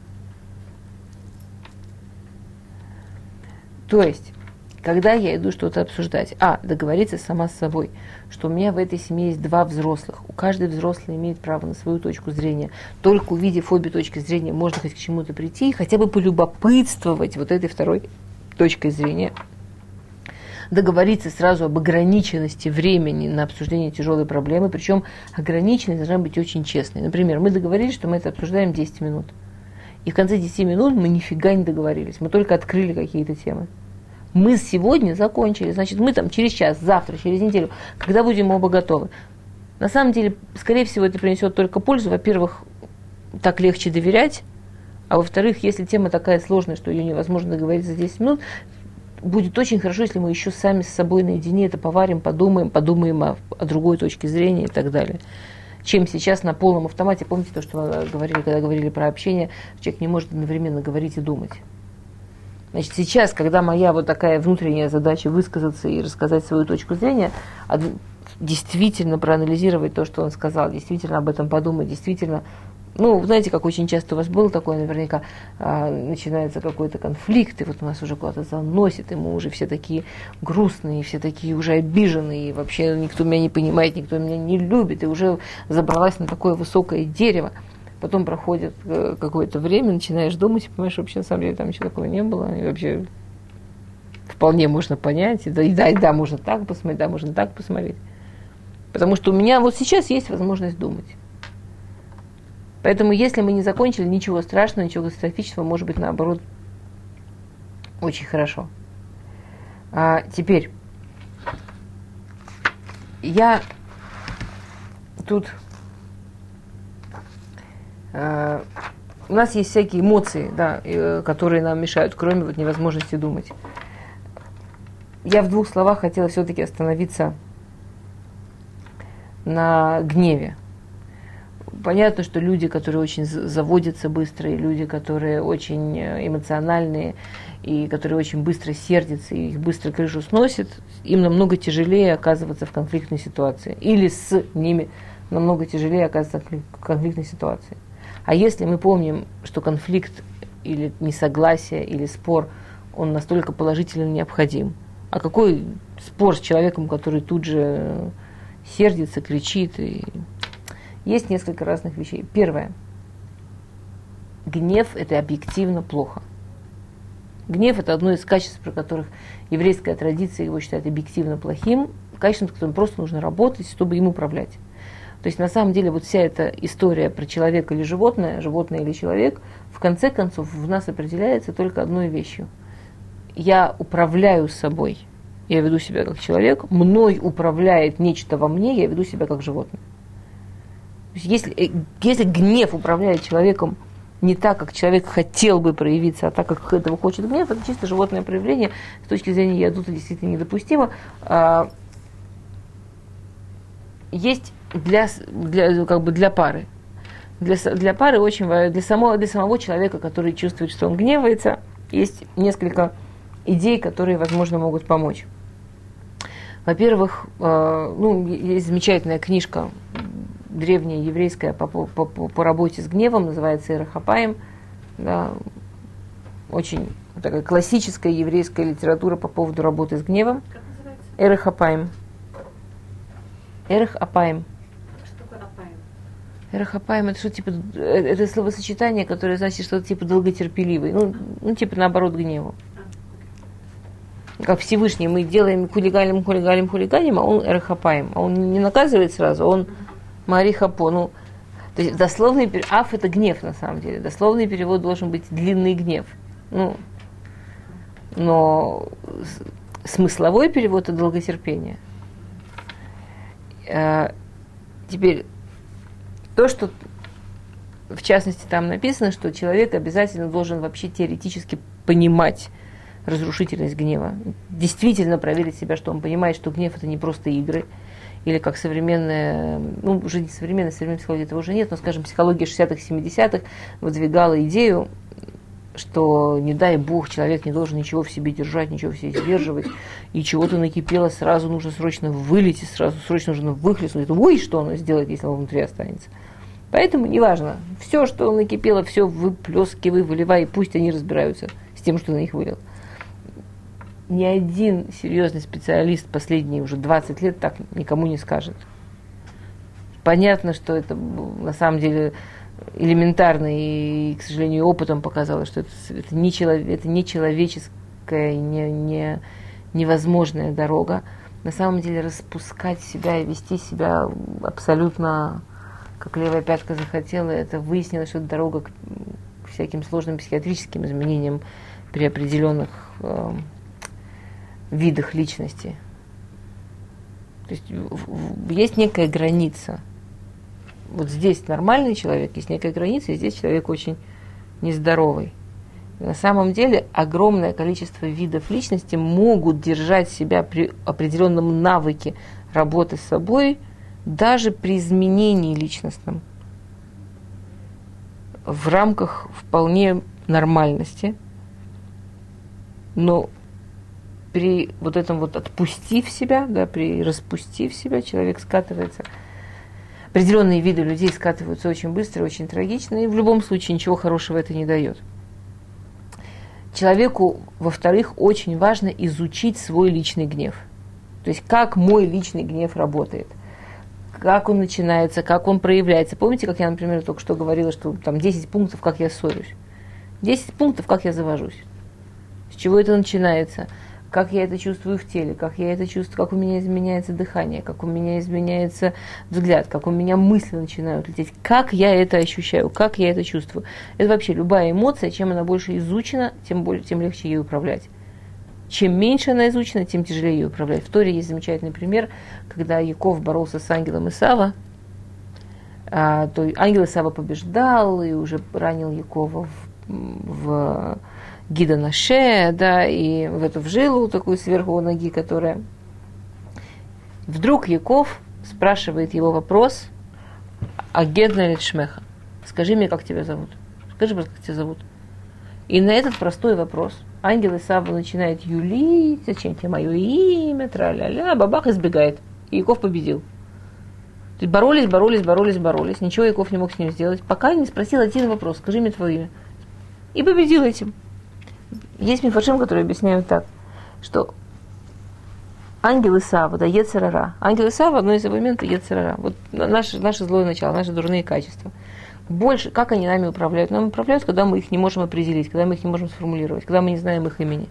То есть, когда я иду что-то обсуждать, а, договориться сама с собой, что у меня в этой семье есть два взрослых, у каждой взрослый имеет право на свою точку зрения, только увидев обе точки зрения, можно хоть к чему-то прийти и хотя бы полюбопытствовать вот этой второй точкой зрения. Договориться сразу об ограниченности времени на обсуждение тяжелой проблемы, причем ограниченность должна быть очень честной. Например, мы договорились, что мы это обсуждаем десять минут. И в конце десяти минут мы нифига не договорились, мы только открыли какие-то темы. Мы сегодня закончили, значит, мы там через час, завтра, через неделю, когда будем оба готовы. На самом деле, скорее всего, это принесет только пользу. Во-первых, так легче доверять, а во-вторых, если тема такая сложная, что ее невозможно договориться за десять минут, будет очень хорошо, если мы еще сами с собой наедине это поварим, подумаем, подумаем о, о другой точке зрения и так далее. Чем сейчас на полном автомате. Помните то, что мы говорили, когда говорили про общение, человек не может одновременно говорить и думать. Значит, сейчас, когда моя вот такая внутренняя задача высказаться и рассказать свою точку зрения, действительно проанализировать то, что он сказал, действительно об этом подумать, действительно, ну, знаете, как очень часто у вас было такое, наверняка, а, начинается какой-то конфликт, и вот у нас уже куда-то заносит, и мы уже все такие грустные, все такие уже обиженные, и вообще никто меня не понимает, никто меня не любит, и уже забралась на такое высокое дерево. Потом проходит какое-то время, начинаешь думать, и понимаешь, вообще на самом деле там ничего такого не было, и вообще вполне можно понять, и да, и да, и да, можно так посмотреть, да, можно так посмотреть. Потому что у меня вот сейчас есть возможность думать. Поэтому, если мы не закончили, ничего страшного, ничего катастрофического, может быть, наоборот, очень хорошо. А теперь, я тут... Uh, у нас есть всякие эмоции, да, которые нам мешают, кроме вот невозможности думать. Я в двух словах хотела все-таки остановиться на гневе. Понятно, что люди, которые очень заводятся быстро, и люди, которые очень эмоциональные, и которые очень быстро сердятся, и их быстро крышу сносит, им намного тяжелее оказываться в конфликтной ситуации. Или с ними намного тяжелее оказываться в конфликтной ситуации. А если мы помним, что конфликт или несогласие, или спор, он настолько положительно необходим, а какой спор с человеком, который тут же сердится, кричит? И... Есть несколько разных вещей. Первое. Гнев – это объективно плохо. Гнев – это одно из качеств, про которых еврейская традиция его считает объективно плохим, качеством, с которым просто нужно работать, чтобы им управлять. То есть, на самом деле, вот вся эта история про человека или животное, животное или человек, в конце концов, в нас определяется только одной вещью. Я управляю собой, я веду себя как человек, мной управляет нечто во мне, я веду себя как животное. То есть, если, если гнев управляет человеком не так, как человек хотел бы проявиться, а так, как этого хочет гнев, это чисто животное проявление, с точки зрения ядута действительно недопустимо. Есть для, для, как бы для пары. Для, для пары очень для самого, для самого человека, который чувствует, что он гневается, есть несколько идей, которые, возможно, могут помочь. Во-первых, э, ну, есть замечательная книжка древняя еврейская по, по, по, по работе с гневом, называется Эрech Апаим. Да, очень такая классическая еврейская литература по поводу работы с гневом. Как называется? Эрech Апаим. Эрech Апаим. Что такое апаим? Эрech Апаим — это что, типа, это словосочетание, которое значит что-то типа долготерпеливый, ну, ну типа наоборот гневу. Как Всевышний, мы делаем хулиганим, хулиганим, хулиганим, а он Эрech Апаим. А он не наказывает сразу, он Марихапо. Ну, то есть дословный перевод, аф это гнев на самом деле. Дословный перевод должен быть длинный гнев. Ну, но смысловой перевод это долготерпение. А, теперь, то, что в частности там написано, что человек обязательно должен вообще теоретически понимать разрушительность гнева. Действительно проверить себя, что он понимает, что гнев это не просто игры. Или как современная, ну уже не современная, современной психологии этого уже нет, но, скажем, психология шестидесятых, семидесятых выдвигала идею, что, не дай бог, человек не должен ничего в себе держать, ничего в себе сдерживать, и чего-то накипело, сразу нужно срочно вылететь, сразу срочно нужно выхлестнуть. Ой, что оно сделает, если оно внутри останется. Поэтому неважно, все, что накипело, все выплескивай, выливай, и пусть они разбираются с тем, что на них вылил. Ни один серьезный специалист последние уже двадцать лет так никому не скажет. Понятно, что это на самом деле элементарно, и, к сожалению, опытом показалось, что это, это, не, челов, это не человеческая, не, не, невозможная дорога. На самом деле распускать себя и вести себя абсолютно, как левая пятка захотела, это выяснилось, что это дорога к, к всяким сложным психиатрическим изменениям при определенных э, видах личности. То есть есть некая граница. Вот здесь нормальный человек, есть некая граница, и здесь человек очень нездоровый. На самом деле огромное количество видов личности могут держать себя при определенном навыке работы с собой даже при изменении личностном в рамках вполне нормальности. Но при вот этом вот отпустив себя, да, при распустив себя, человек скатывается. Определенные виды людей скатываются очень быстро, очень трагично, и в любом случае ничего хорошего это не дает. Человеку, во-вторых, очень важно изучить свой личный гнев. То есть, как мой личный гнев работает, как он начинается, как он проявляется. Помните, как я, например, только что говорила, что там десять пунктов, как я ссорюсь? десять пунктов, как я завожусь. С чего это начинается? Как я это чувствую в теле, как я это чувствую, как у меня изменяется дыхание, как у меня изменяется взгляд, как у меня мысли начинают лететь, как я это ощущаю, как я это чувствую. Это вообще любая эмоция, чем она больше изучена, тем, более, тем легче ей управлять. Чем меньше она изучена, тем тяжелее ее управлять. В Торе есть замечательный пример, когда Яков боролся с ангелом Исава, а, то ангел Исава побеждал и уже ранил Якова в, в гида на шее, да, и в эту в жилу такую сверху ноги, которая... Вдруг Яков спрашивает его вопрос: «Агедна ли шмеха?» Скажи мне, как тебя зовут? Скажи, как тебя зовут? И на этот простой вопрос ангел Исава начинает юлить: «Зачем тебе мое имя? Тра-ля-ля», бабах, избегает. И Яков победил. То есть боролись, боролись, боролись, боролись. Ничего Яков не мог с ним сделать, пока не спросил один вопрос: «Скажи мне твое имя». И победил этим. Есть мифашим, которые объясняют так, что ангел Исава, да, Йецер ара. Ангел Исава, одно из его имен, это Йецер ара. Вот наше, наше злое начало, наши дурные качества. Больше, как они нами управляют? Нами управляют, когда мы их не можем определить, когда мы их не можем сформулировать, когда мы не знаем их имени.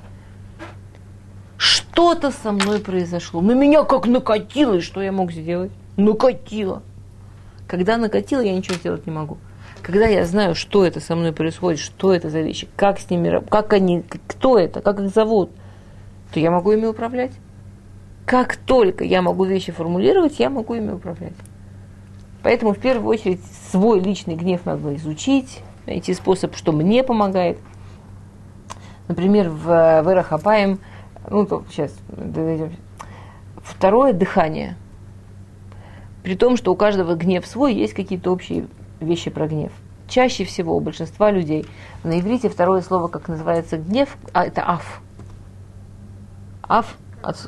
Что-то со мной произошло. На меня как накатило, и что я мог сделать? Накатило. Когда накатило, я ничего сделать не могу. Когда я знаю, что это со мной происходит, что это за вещи, как с ними, как они, кто это, как их зовут, то я могу ими управлять. Как только я могу вещи формулировать, я могу ими управлять. Поэтому в первую очередь свой личный гнев надо изучить, найти способ, что мне помогает. Например, в Верах Апаим, ну, то сейчас дойдем. Второе — дыхание. При том, что у каждого гнев свой, есть какие-то общие вещи про гнев. Чаще всего у большинства людей на иврите второе слово, как называется гнев, а это аф. Аф. От...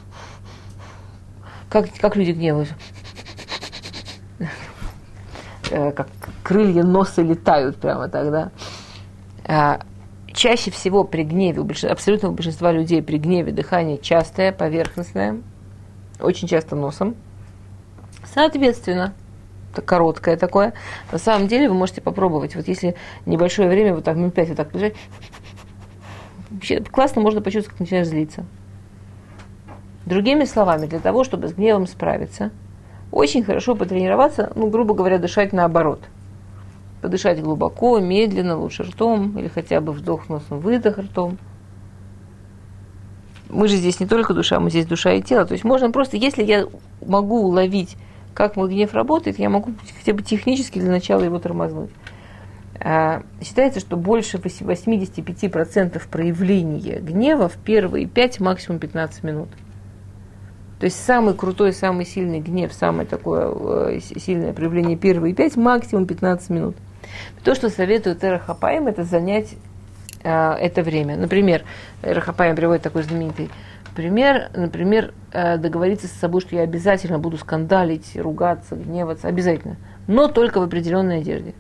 Как, как люди гневаются? Как крылья носа летают прямо тогда. Чаще всего при гневе, у большинства, абсолютно у большинства людей при гневе дыхание частое, поверхностное, очень часто носом. Соответственно, это короткое такое. На самом деле вы можете попробовать. Вот если небольшое время, вот так минут пять вот так лежать, вообще классно можно почувствовать, как начинаешь злиться. Другими словами, для того, чтобы с гневом справиться, очень хорошо потренироваться, ну, грубо говоря, дышать наоборот. Подышать глубоко, медленно, лучше ртом, или хотя бы вдох носом, выдох ртом. Мы же здесь не только душа, мы здесь душа и тело. То есть можно просто, если я могу уловить, как мой гнев работает, я могу хотя бы технически для начала его тормознуть. А, считается, что больше восемьдесят пять процентов проявления гнева в первые пять, максимум пятнадцать минут. То есть самый крутой, самый сильный гнев, самое такое э, сильное проявление первые пять, максимум пятнадцать минут. То, что советует Эрах Апаим, это занять э, это время. Например, Эрах Апаим приводит такой знаменитый пример, например, э, договориться с собой, что я обязательно буду скандалить, ругаться, гневаться, обязательно, но только в определенной одежде.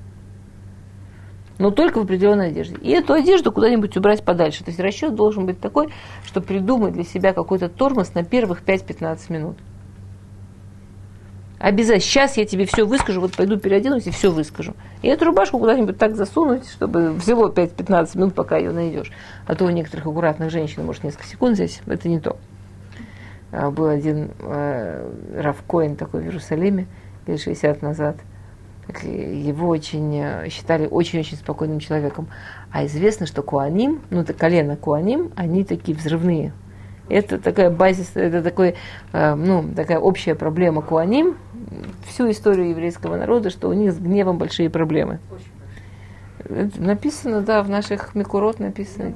Но только в определенной одежде. И эту одежду куда-нибудь убрать подальше. То есть расчет должен быть такой, что придумать для себя какой-то тормоз на первых пять-пятнадцать минут. Обязательно. Сейчас я тебе все выскажу, вот пойду переоденусь и все выскажу. И эту рубашку куда-нибудь так засунуть, чтобы взяло пять-пятнадцать минут, пока ее найдешь. А то у некоторых аккуратных женщин, может, несколько секунд здесь, это не то. Был один э, Рав Коэн такой в Иерусалиме, лет шестьдесят назад. Его очень считали очень-очень спокойным человеком. А известно, что куаним, ну это колено куаним, они такие взрывные. Это такая базис, это такой, э, ну, такая общая проблема куаним, всю историю еврейского народа, что у них с гневом большие проблемы. Это написано, да, в наших микурот написано.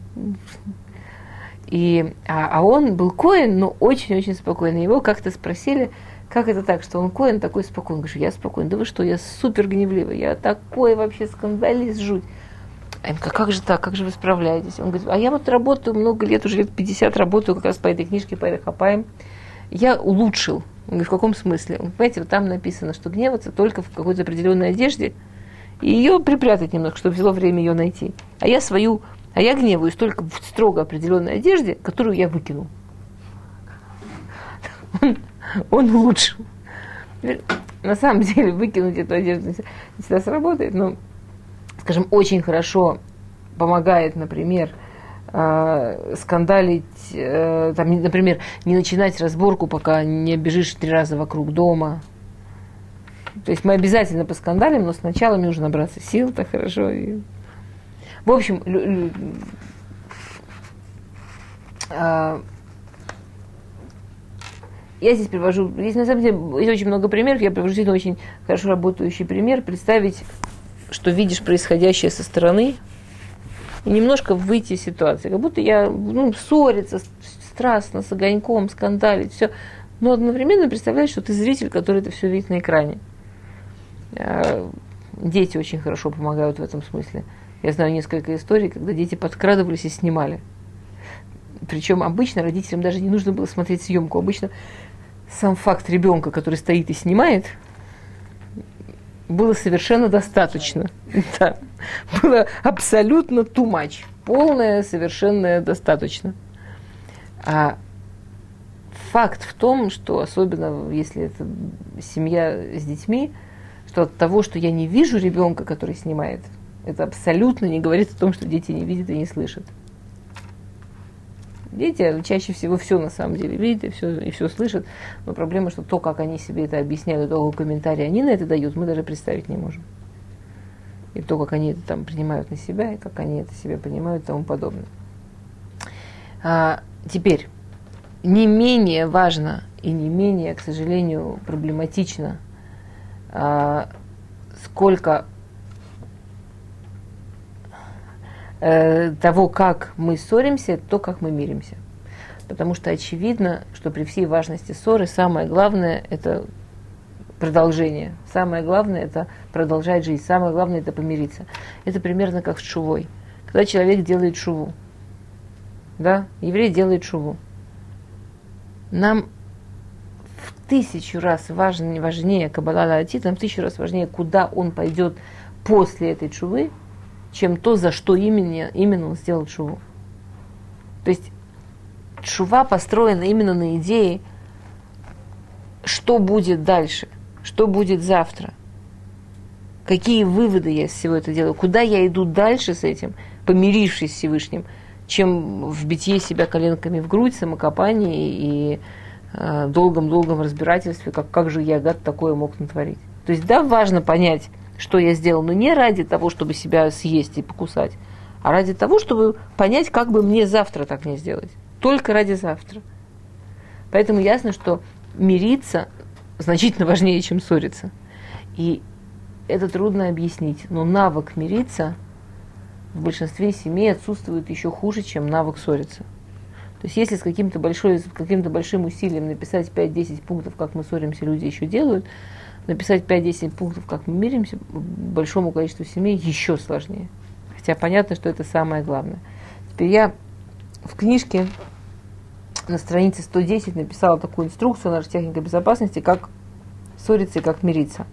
И, а, а он был коэн, но очень-очень спокойный. Его как-то спросили, как это так, что он коэн такой спокойный. Говорю, я спокойный. Да вы что, я супер гневливый, я такой вообще скандалист, жуть. А им, как же так, как же вы справляетесь? Он говорит, а я вот работаю много лет, уже лет пятьдесят работаю как раз по этой книжке, по Эрехапаим. Я улучшил. Он говорит, в каком смысле? Он, понимаете, вот там написано, что гневаться только в какой-то определенной одежде, и ее припрятать немножко, чтобы взяло время ее найти. А я свою, а я гневаюсь только в строго определенной одежде, которую я выкинул. Он, он улучшил. На самом деле выкинуть эту одежду не всегда сработает, но, скажем, очень хорошо помогает, например, э, скандалить, э, там, например, не начинать разборку, пока не бежишь три раза вокруг дома. То есть мы обязательно поскандалим, но сначала мне нужно набраться сил, так хорошо. И... В общем, лю- лю- э, я здесь привожу, здесь на самом деле есть очень много примеров, я привожу один очень хорошо работающий пример, представить, что видишь происходящее со стороны, и немножко выйти из ситуации, как будто я, ну, ссориться страстно, с огоньком, скандалить, все, но одновременно представляешь, что ты зритель, который это все видит на экране. Дети очень хорошо помогают в этом смысле. Я знаю несколько историй, когда дети подкрадывались и снимали. Причем обычно родителям даже не нужно было смотреть съемку. Обычно сам факт ребенка, который стоит и снимает, было совершенно достаточно. Да. Было абсолютно too much. Полное, совершенно достаточно. А факт в том, что особенно если это семья с детьми, что от того, что я не вижу ребенка, который снимает, это абсолютно не говорит о том, что дети не видят и не слышат. Дети чаще всего все на самом деле видят и все, и все слышат, но проблема, что то, как они себе это объясняют, то, какой комментарий они на это дают, мы даже представить не можем. И то, как они это там принимают на себя, и как они это себе понимают и тому подобное. А, теперь, не менее важно и не менее, к сожалению, проблематично, а, сколько того, как мы ссоримся, то, как мы миримся. Потому что очевидно, что при всей важности ссоры самое главное – это продолжение. Самое главное – это продолжать жизнь. Самое главное – это помириться. Это примерно как с шувой. Когда человек делает шуву, да, еврей делает шуву, нам в тысячу раз важнее, важнее Каббала лаатид, нам в тысячу раз важнее, куда он пойдет после этой шувы, чем то, за что именно, именно он сделал шуву. То есть шува построена именно на идее, что будет дальше, что будет завтра, какие выводы я из всего этого делаю, куда я иду дальше с этим, помирившись с Всевышним, чем в битье себя коленками в грудь, самокопании и э, долгом-долгом разбирательстве, как, как же я, гад, такое мог натворить. То есть, да, важно понять, что я сделал, но не ради того, чтобы себя съесть и покусать, а ради того, чтобы понять, как бы мне завтра так не сделать. Только ради завтра. Поэтому ясно, что мириться значительно важнее, чем ссориться. И это трудно объяснить, но навык мириться в большинстве семей отсутствует еще хуже, чем навык ссориться. То есть если с каким-то, большой, с каким-то большим усилием написать пять-десять пунктов, как мы ссоримся, люди еще делают, написать пять-десять пунктов, как мы миримся, большому количеству семей еще сложнее. Хотя понятно, что это самое главное. Теперь я в книжке на странице сто десять написала такую инструкцию на технике безопасности, как ссориться и как мириться.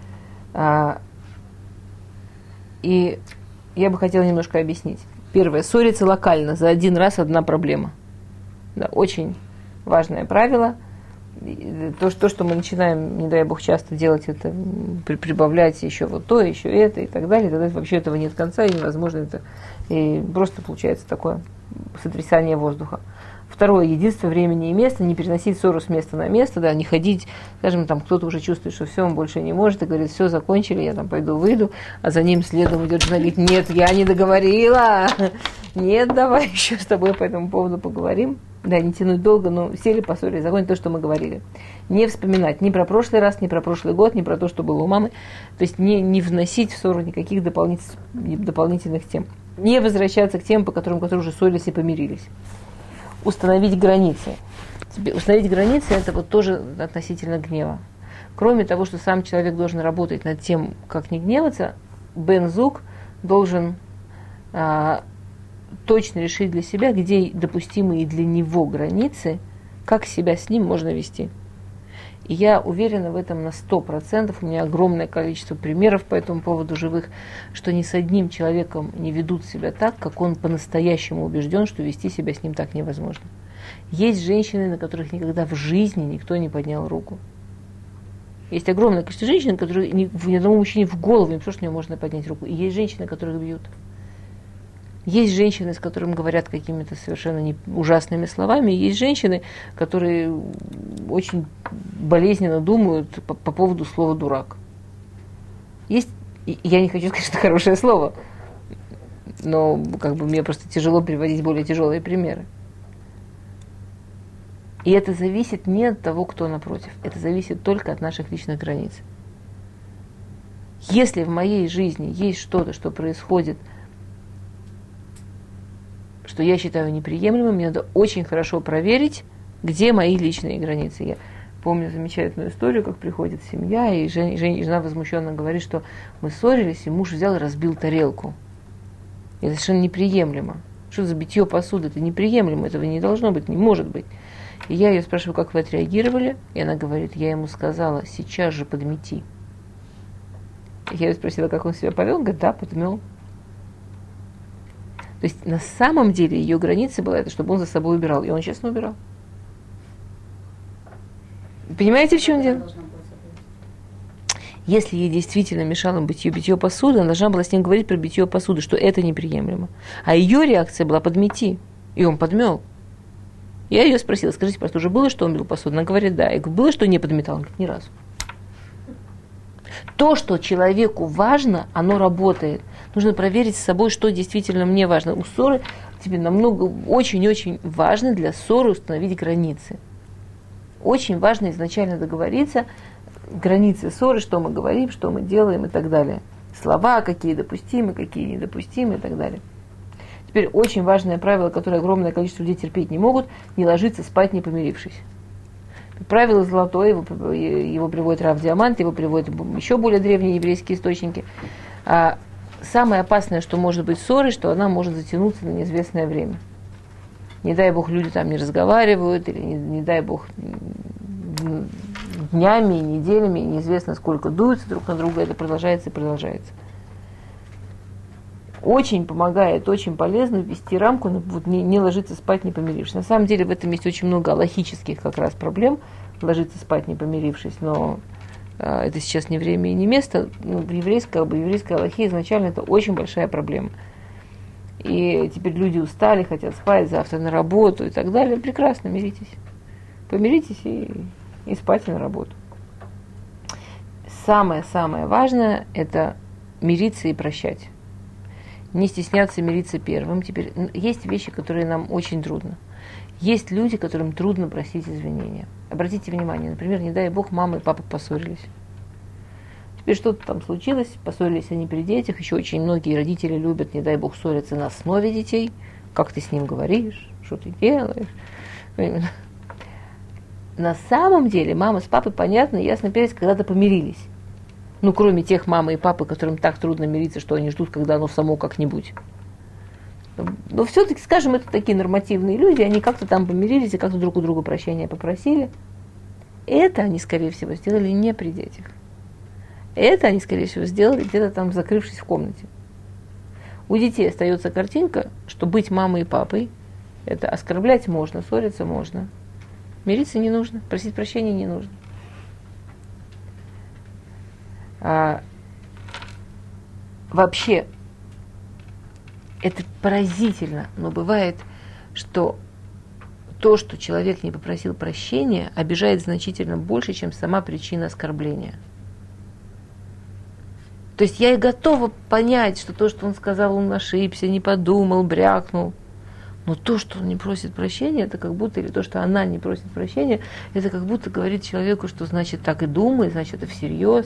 И я бы хотела немножко объяснить. Первое. Ссориться локально. За один раз одна проблема. Да, очень важное правило. То, то, что мы начинаем, не дай бог, часто делать, это при, прибавлять еще вот то, еще это и так далее, тогда вообще этого нет конца, и невозможно это, и просто получается такое сотрясание воздуха. Второе, единство времени и места, не переносить ссору с места на место, да, не ходить, скажем, там кто-то уже чувствует, что все, он больше не может, и говорит, все, закончили, я там пойду выйду, а за ним следом идет жена, говорит, нет, я не договорила, нет, давай еще с тобой по этому поводу поговорим. Да, не тянуть долго, но сели, поссорились, закончили то, что мы говорили. Не вспоминать ни про прошлый раз, ни про прошлый год, ни про то, что было у мамы. То есть не, не вносить в ссору никаких дополнительных, дополнительных тем. Не возвращаться к тем, по которым которые уже ссорились и помирились. Установить границы. Установить границы – это вот тоже относительно гнева. Кроме того, что сам человек должен работать над тем, как не гневаться, бен-зуг должен а, точно решить для себя, где допустимые для него границы, как себя с ним можно вести. И я уверена в этом на сто процентов. У меня огромное количество примеров по этому поводу живых, что ни с одним человеком не ведут себя так, как он по-настоящему убежден, что вести себя с ним так невозможно. Есть женщины, на которых никогда в жизни никто не поднял руку. Есть огромное количество женщин, которые ни, ни одному мужчине в голову не пришло, что на него можно поднять руку. И есть женщины, которых бьют. Есть женщины, с которыми говорят какими-то совершенно не, ужасными словами. Есть женщины, которые очень болезненно думают по, по поводу слова «дурак». Есть, я не хочу сказать, что это хорошее слово, но как бы мне просто тяжело приводить более тяжелые примеры. И это зависит не от того, кто напротив. Это зависит только от наших личных границ. Если в моей жизни есть что-то, что происходит, что я считаю неприемлемым, мне надо очень хорошо проверить, где мои личные границы. Я помню замечательную историю, как приходит семья, и жен, жен, жена возмущенно говорит, что мы ссорились, и муж взял и разбил тарелку. И это совершенно неприемлемо. Что за битье посуды? Это неприемлемо, этого не должно быть, не может быть. И я ее спрашиваю, как вы отреагировали? И она говорит, я ему сказала, сейчас же подмети. Я ее спросила, как он себя повел, он говорит, да, подмел. То есть на самом деле ее граница была это, чтобы он за собой убирал. И он честно убирал. Понимаете, в чем дело? Если ей действительно мешало битье, битье посуды, она должна была с ним говорить про битье посуды, что это неприемлемо. А ее реакция была подмети. И он подмел. Я ее спросила, скажите, просто уже было, что он бил посуду? Она говорит, да. Я говорю, было, что не подметал? Он говорит, ни разу. То, что человеку важно, оно работает. Нужно проверить с собой, что действительно мне важно. У ссоры тебе намного, очень-очень важно для ссоры установить границы. Очень важно изначально договориться, границы ссоры, что мы говорим, что мы делаем и так далее. Слова, какие допустимы, какие недопустимы и так далее. Теперь очень важное правило, которое огромное количество людей терпеть не могут, не ложиться спать, не помирившись. Правило золотое, его, его приводит Рав Диамант, его приводят еще более древние еврейские источники. А самое опасное, что может быть ссорой, что она может затянуться на неизвестное время. Не дай Бог, люди там не разговаривают, или не, не дай Бог, днями, неделями, неизвестно сколько дуются друг на друга, это продолжается и продолжается. Очень помогает, очень полезно ввести рамку, вот, не, не ложиться спать, не помирившись. На самом деле в этом есть очень много алахических как раз проблем, ложиться спать, не помирившись, но э, это сейчас не время и не место. Ну, в еврейской, в еврейской алахе изначально это очень большая проблема. И теперь люди устали, хотят спать, завтра на работу и так далее. Прекрасно, миритесь. Помиритесь и, и спать, и на работу. Самое-самое важное – это мириться и прощать. Не стесняться мириться первым. Теперь есть вещи, которые нам очень трудно. Есть люди, которым трудно просить извинения. Обратите внимание, например, не дай Бог, мама и папа поссорились. Теперь что-то там случилось, поссорились они при детях. Еще очень многие родители любят, не дай Бог, ссориться на основе детей. Как ты с ним говоришь, что ты делаешь. На самом деле мама с папой, понятно, ясно перец, когда-то помирились. Ну, кроме тех мамы и папы, которым так трудно мириться, что они ждут, когда оно само как-нибудь. Но все-таки, скажем, это такие нормативные люди, они как-то там помирились и как-то друг у друга прощения попросили. Это они, скорее всего, сделали не при детях. Это они, скорее всего, сделали где-то там, закрывшись в комнате. У детей остается картинка, что быть мамой и папой – это оскорблять можно, ссориться можно. Мириться не нужно, просить прощения не нужно. А, вообще, это поразительно, но бывает, что то, что человек не попросил прощения, обижает значительно больше, чем сама причина оскорбления. То есть я и готова понять, что то, что он сказал, он ошибся, не подумал, брякнул. Но то, что он не просит прощения, это как будто, или то, что она не просит прощения, это как будто говорит человеку, что значит так и думает, значит это всерьез.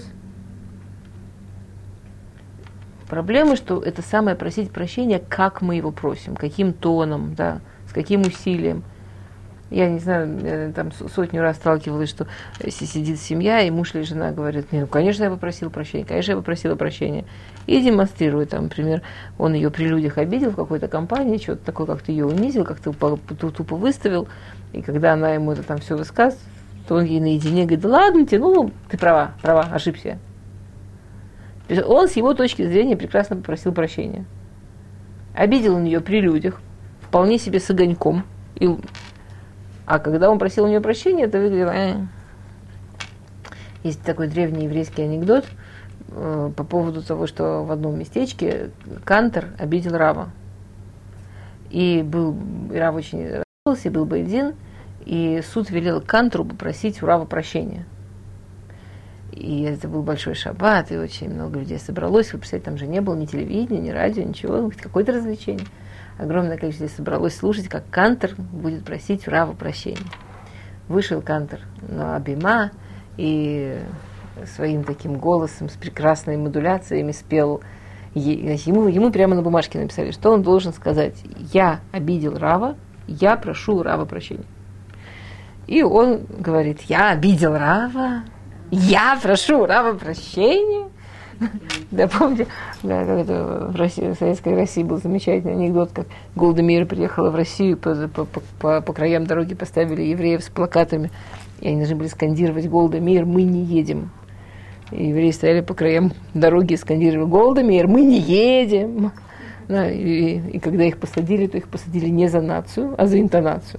Проблема, что это самое просить прощения, как мы его просим, каким тоном, да, с каким усилием. Я не знаю, там сотню раз сталкивалась, что если сидит семья, и муж или жена говорит, ну, конечно, я попросил прощения, конечно, я попросила прощения. И демонстрирует, там, например, он ее при людях обидел в какой-то компании, что-то такое, как-то ее унизил, как-то тупо выставил. И когда она ему это там все высказывает, то он ей наедине говорит, да ладно тебе, ну, ты права, права, ошибся. Он с его точки зрения прекрасно попросил прощения. Обидел он ее при людях, вполне себе с огоньком. И... А когда он просил у нее прощения, это выглядело... Э. Есть такой древний еврейский анекдот э, по поводу того, что в одном местечке Кантор обидел Рава. И был и Рав очень радовался, и был бейдин, и суд велел Кантору попросить у Рава прощения. И это был большой шаббат, и очень много людей собралось. Вы представляете, там же не было ни телевидения, ни радио, ничего, какое-то развлечение. Огромное количество людей собралось слушать, как Кантор будет просить у Рава прощения. Вышел Кантор на Абима и своим таким голосом, с прекрасными модуляциями спел. Ему, ему прямо на бумажке написали, что он должен сказать: «Я обидел Рава, я прошу у Рава прощения». И он говорит: «Я обидел Рава, я прошу у Рава прощения». Да, помните, да, как это в, России, в Советской России был замечательный анекдот, как Голда Меир приехала в Россию, по, по, по, по краям дороги поставили евреев с плакатами, и они должны были скандировать: «Голда Меир, мы не едем». И евреи стояли по краям дороги и скандировали: «Голда Меир, мы не едем». Да, и, и когда их посадили, то их посадили не за нацию, а за интонацию.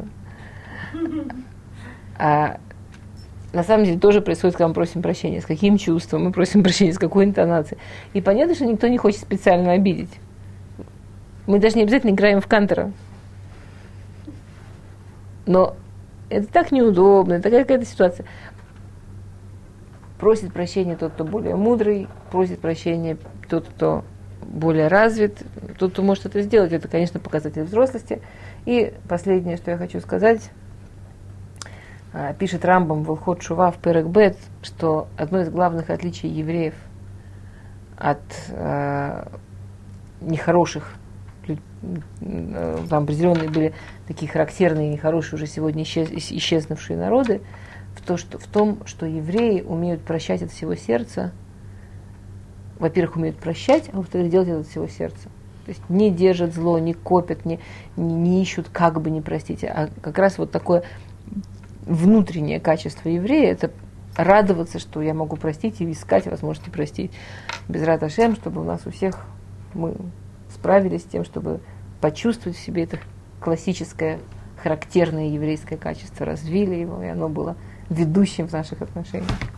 А на самом деле тоже происходит, когда мы просим прощения. С каким чувством мы просим прощения, с какой интонацией. И понятно, что никто не хочет специально обидеть. Мы даже не обязательно играем в Кантора. Но это так неудобно, это какая-то ситуация. Просит прощения тот, кто более мудрый, просит прощения тот, кто более развит, тот, кто может это сделать. Это, конечно, показатель взрослости. И последнее, что я хочу сказать, пишет Рамбам в Илхот Шува в Перек Бет, что одно из главных отличий евреев от э, нехороших, там определенные были такие характерные нехорошие, уже сегодня исчез, исчезнувшие народы, в, то, что, в том, что евреи умеют прощать от всего сердца. Во-первых, умеют прощать, а во-вторых, делать это от всего сердца. То есть не держат зло, не копят, не, не, не ищут, как бы не простить. А как раз вот такое внутреннее качество еврея — это радоваться, что я могу простить, и искать возможности простить. Безрат Ашем, чтобы у нас у всех мы справились с тем, чтобы почувствовать в себе это классическое, характерное еврейское качество, развили его, и оно было ведущим в наших отношениях.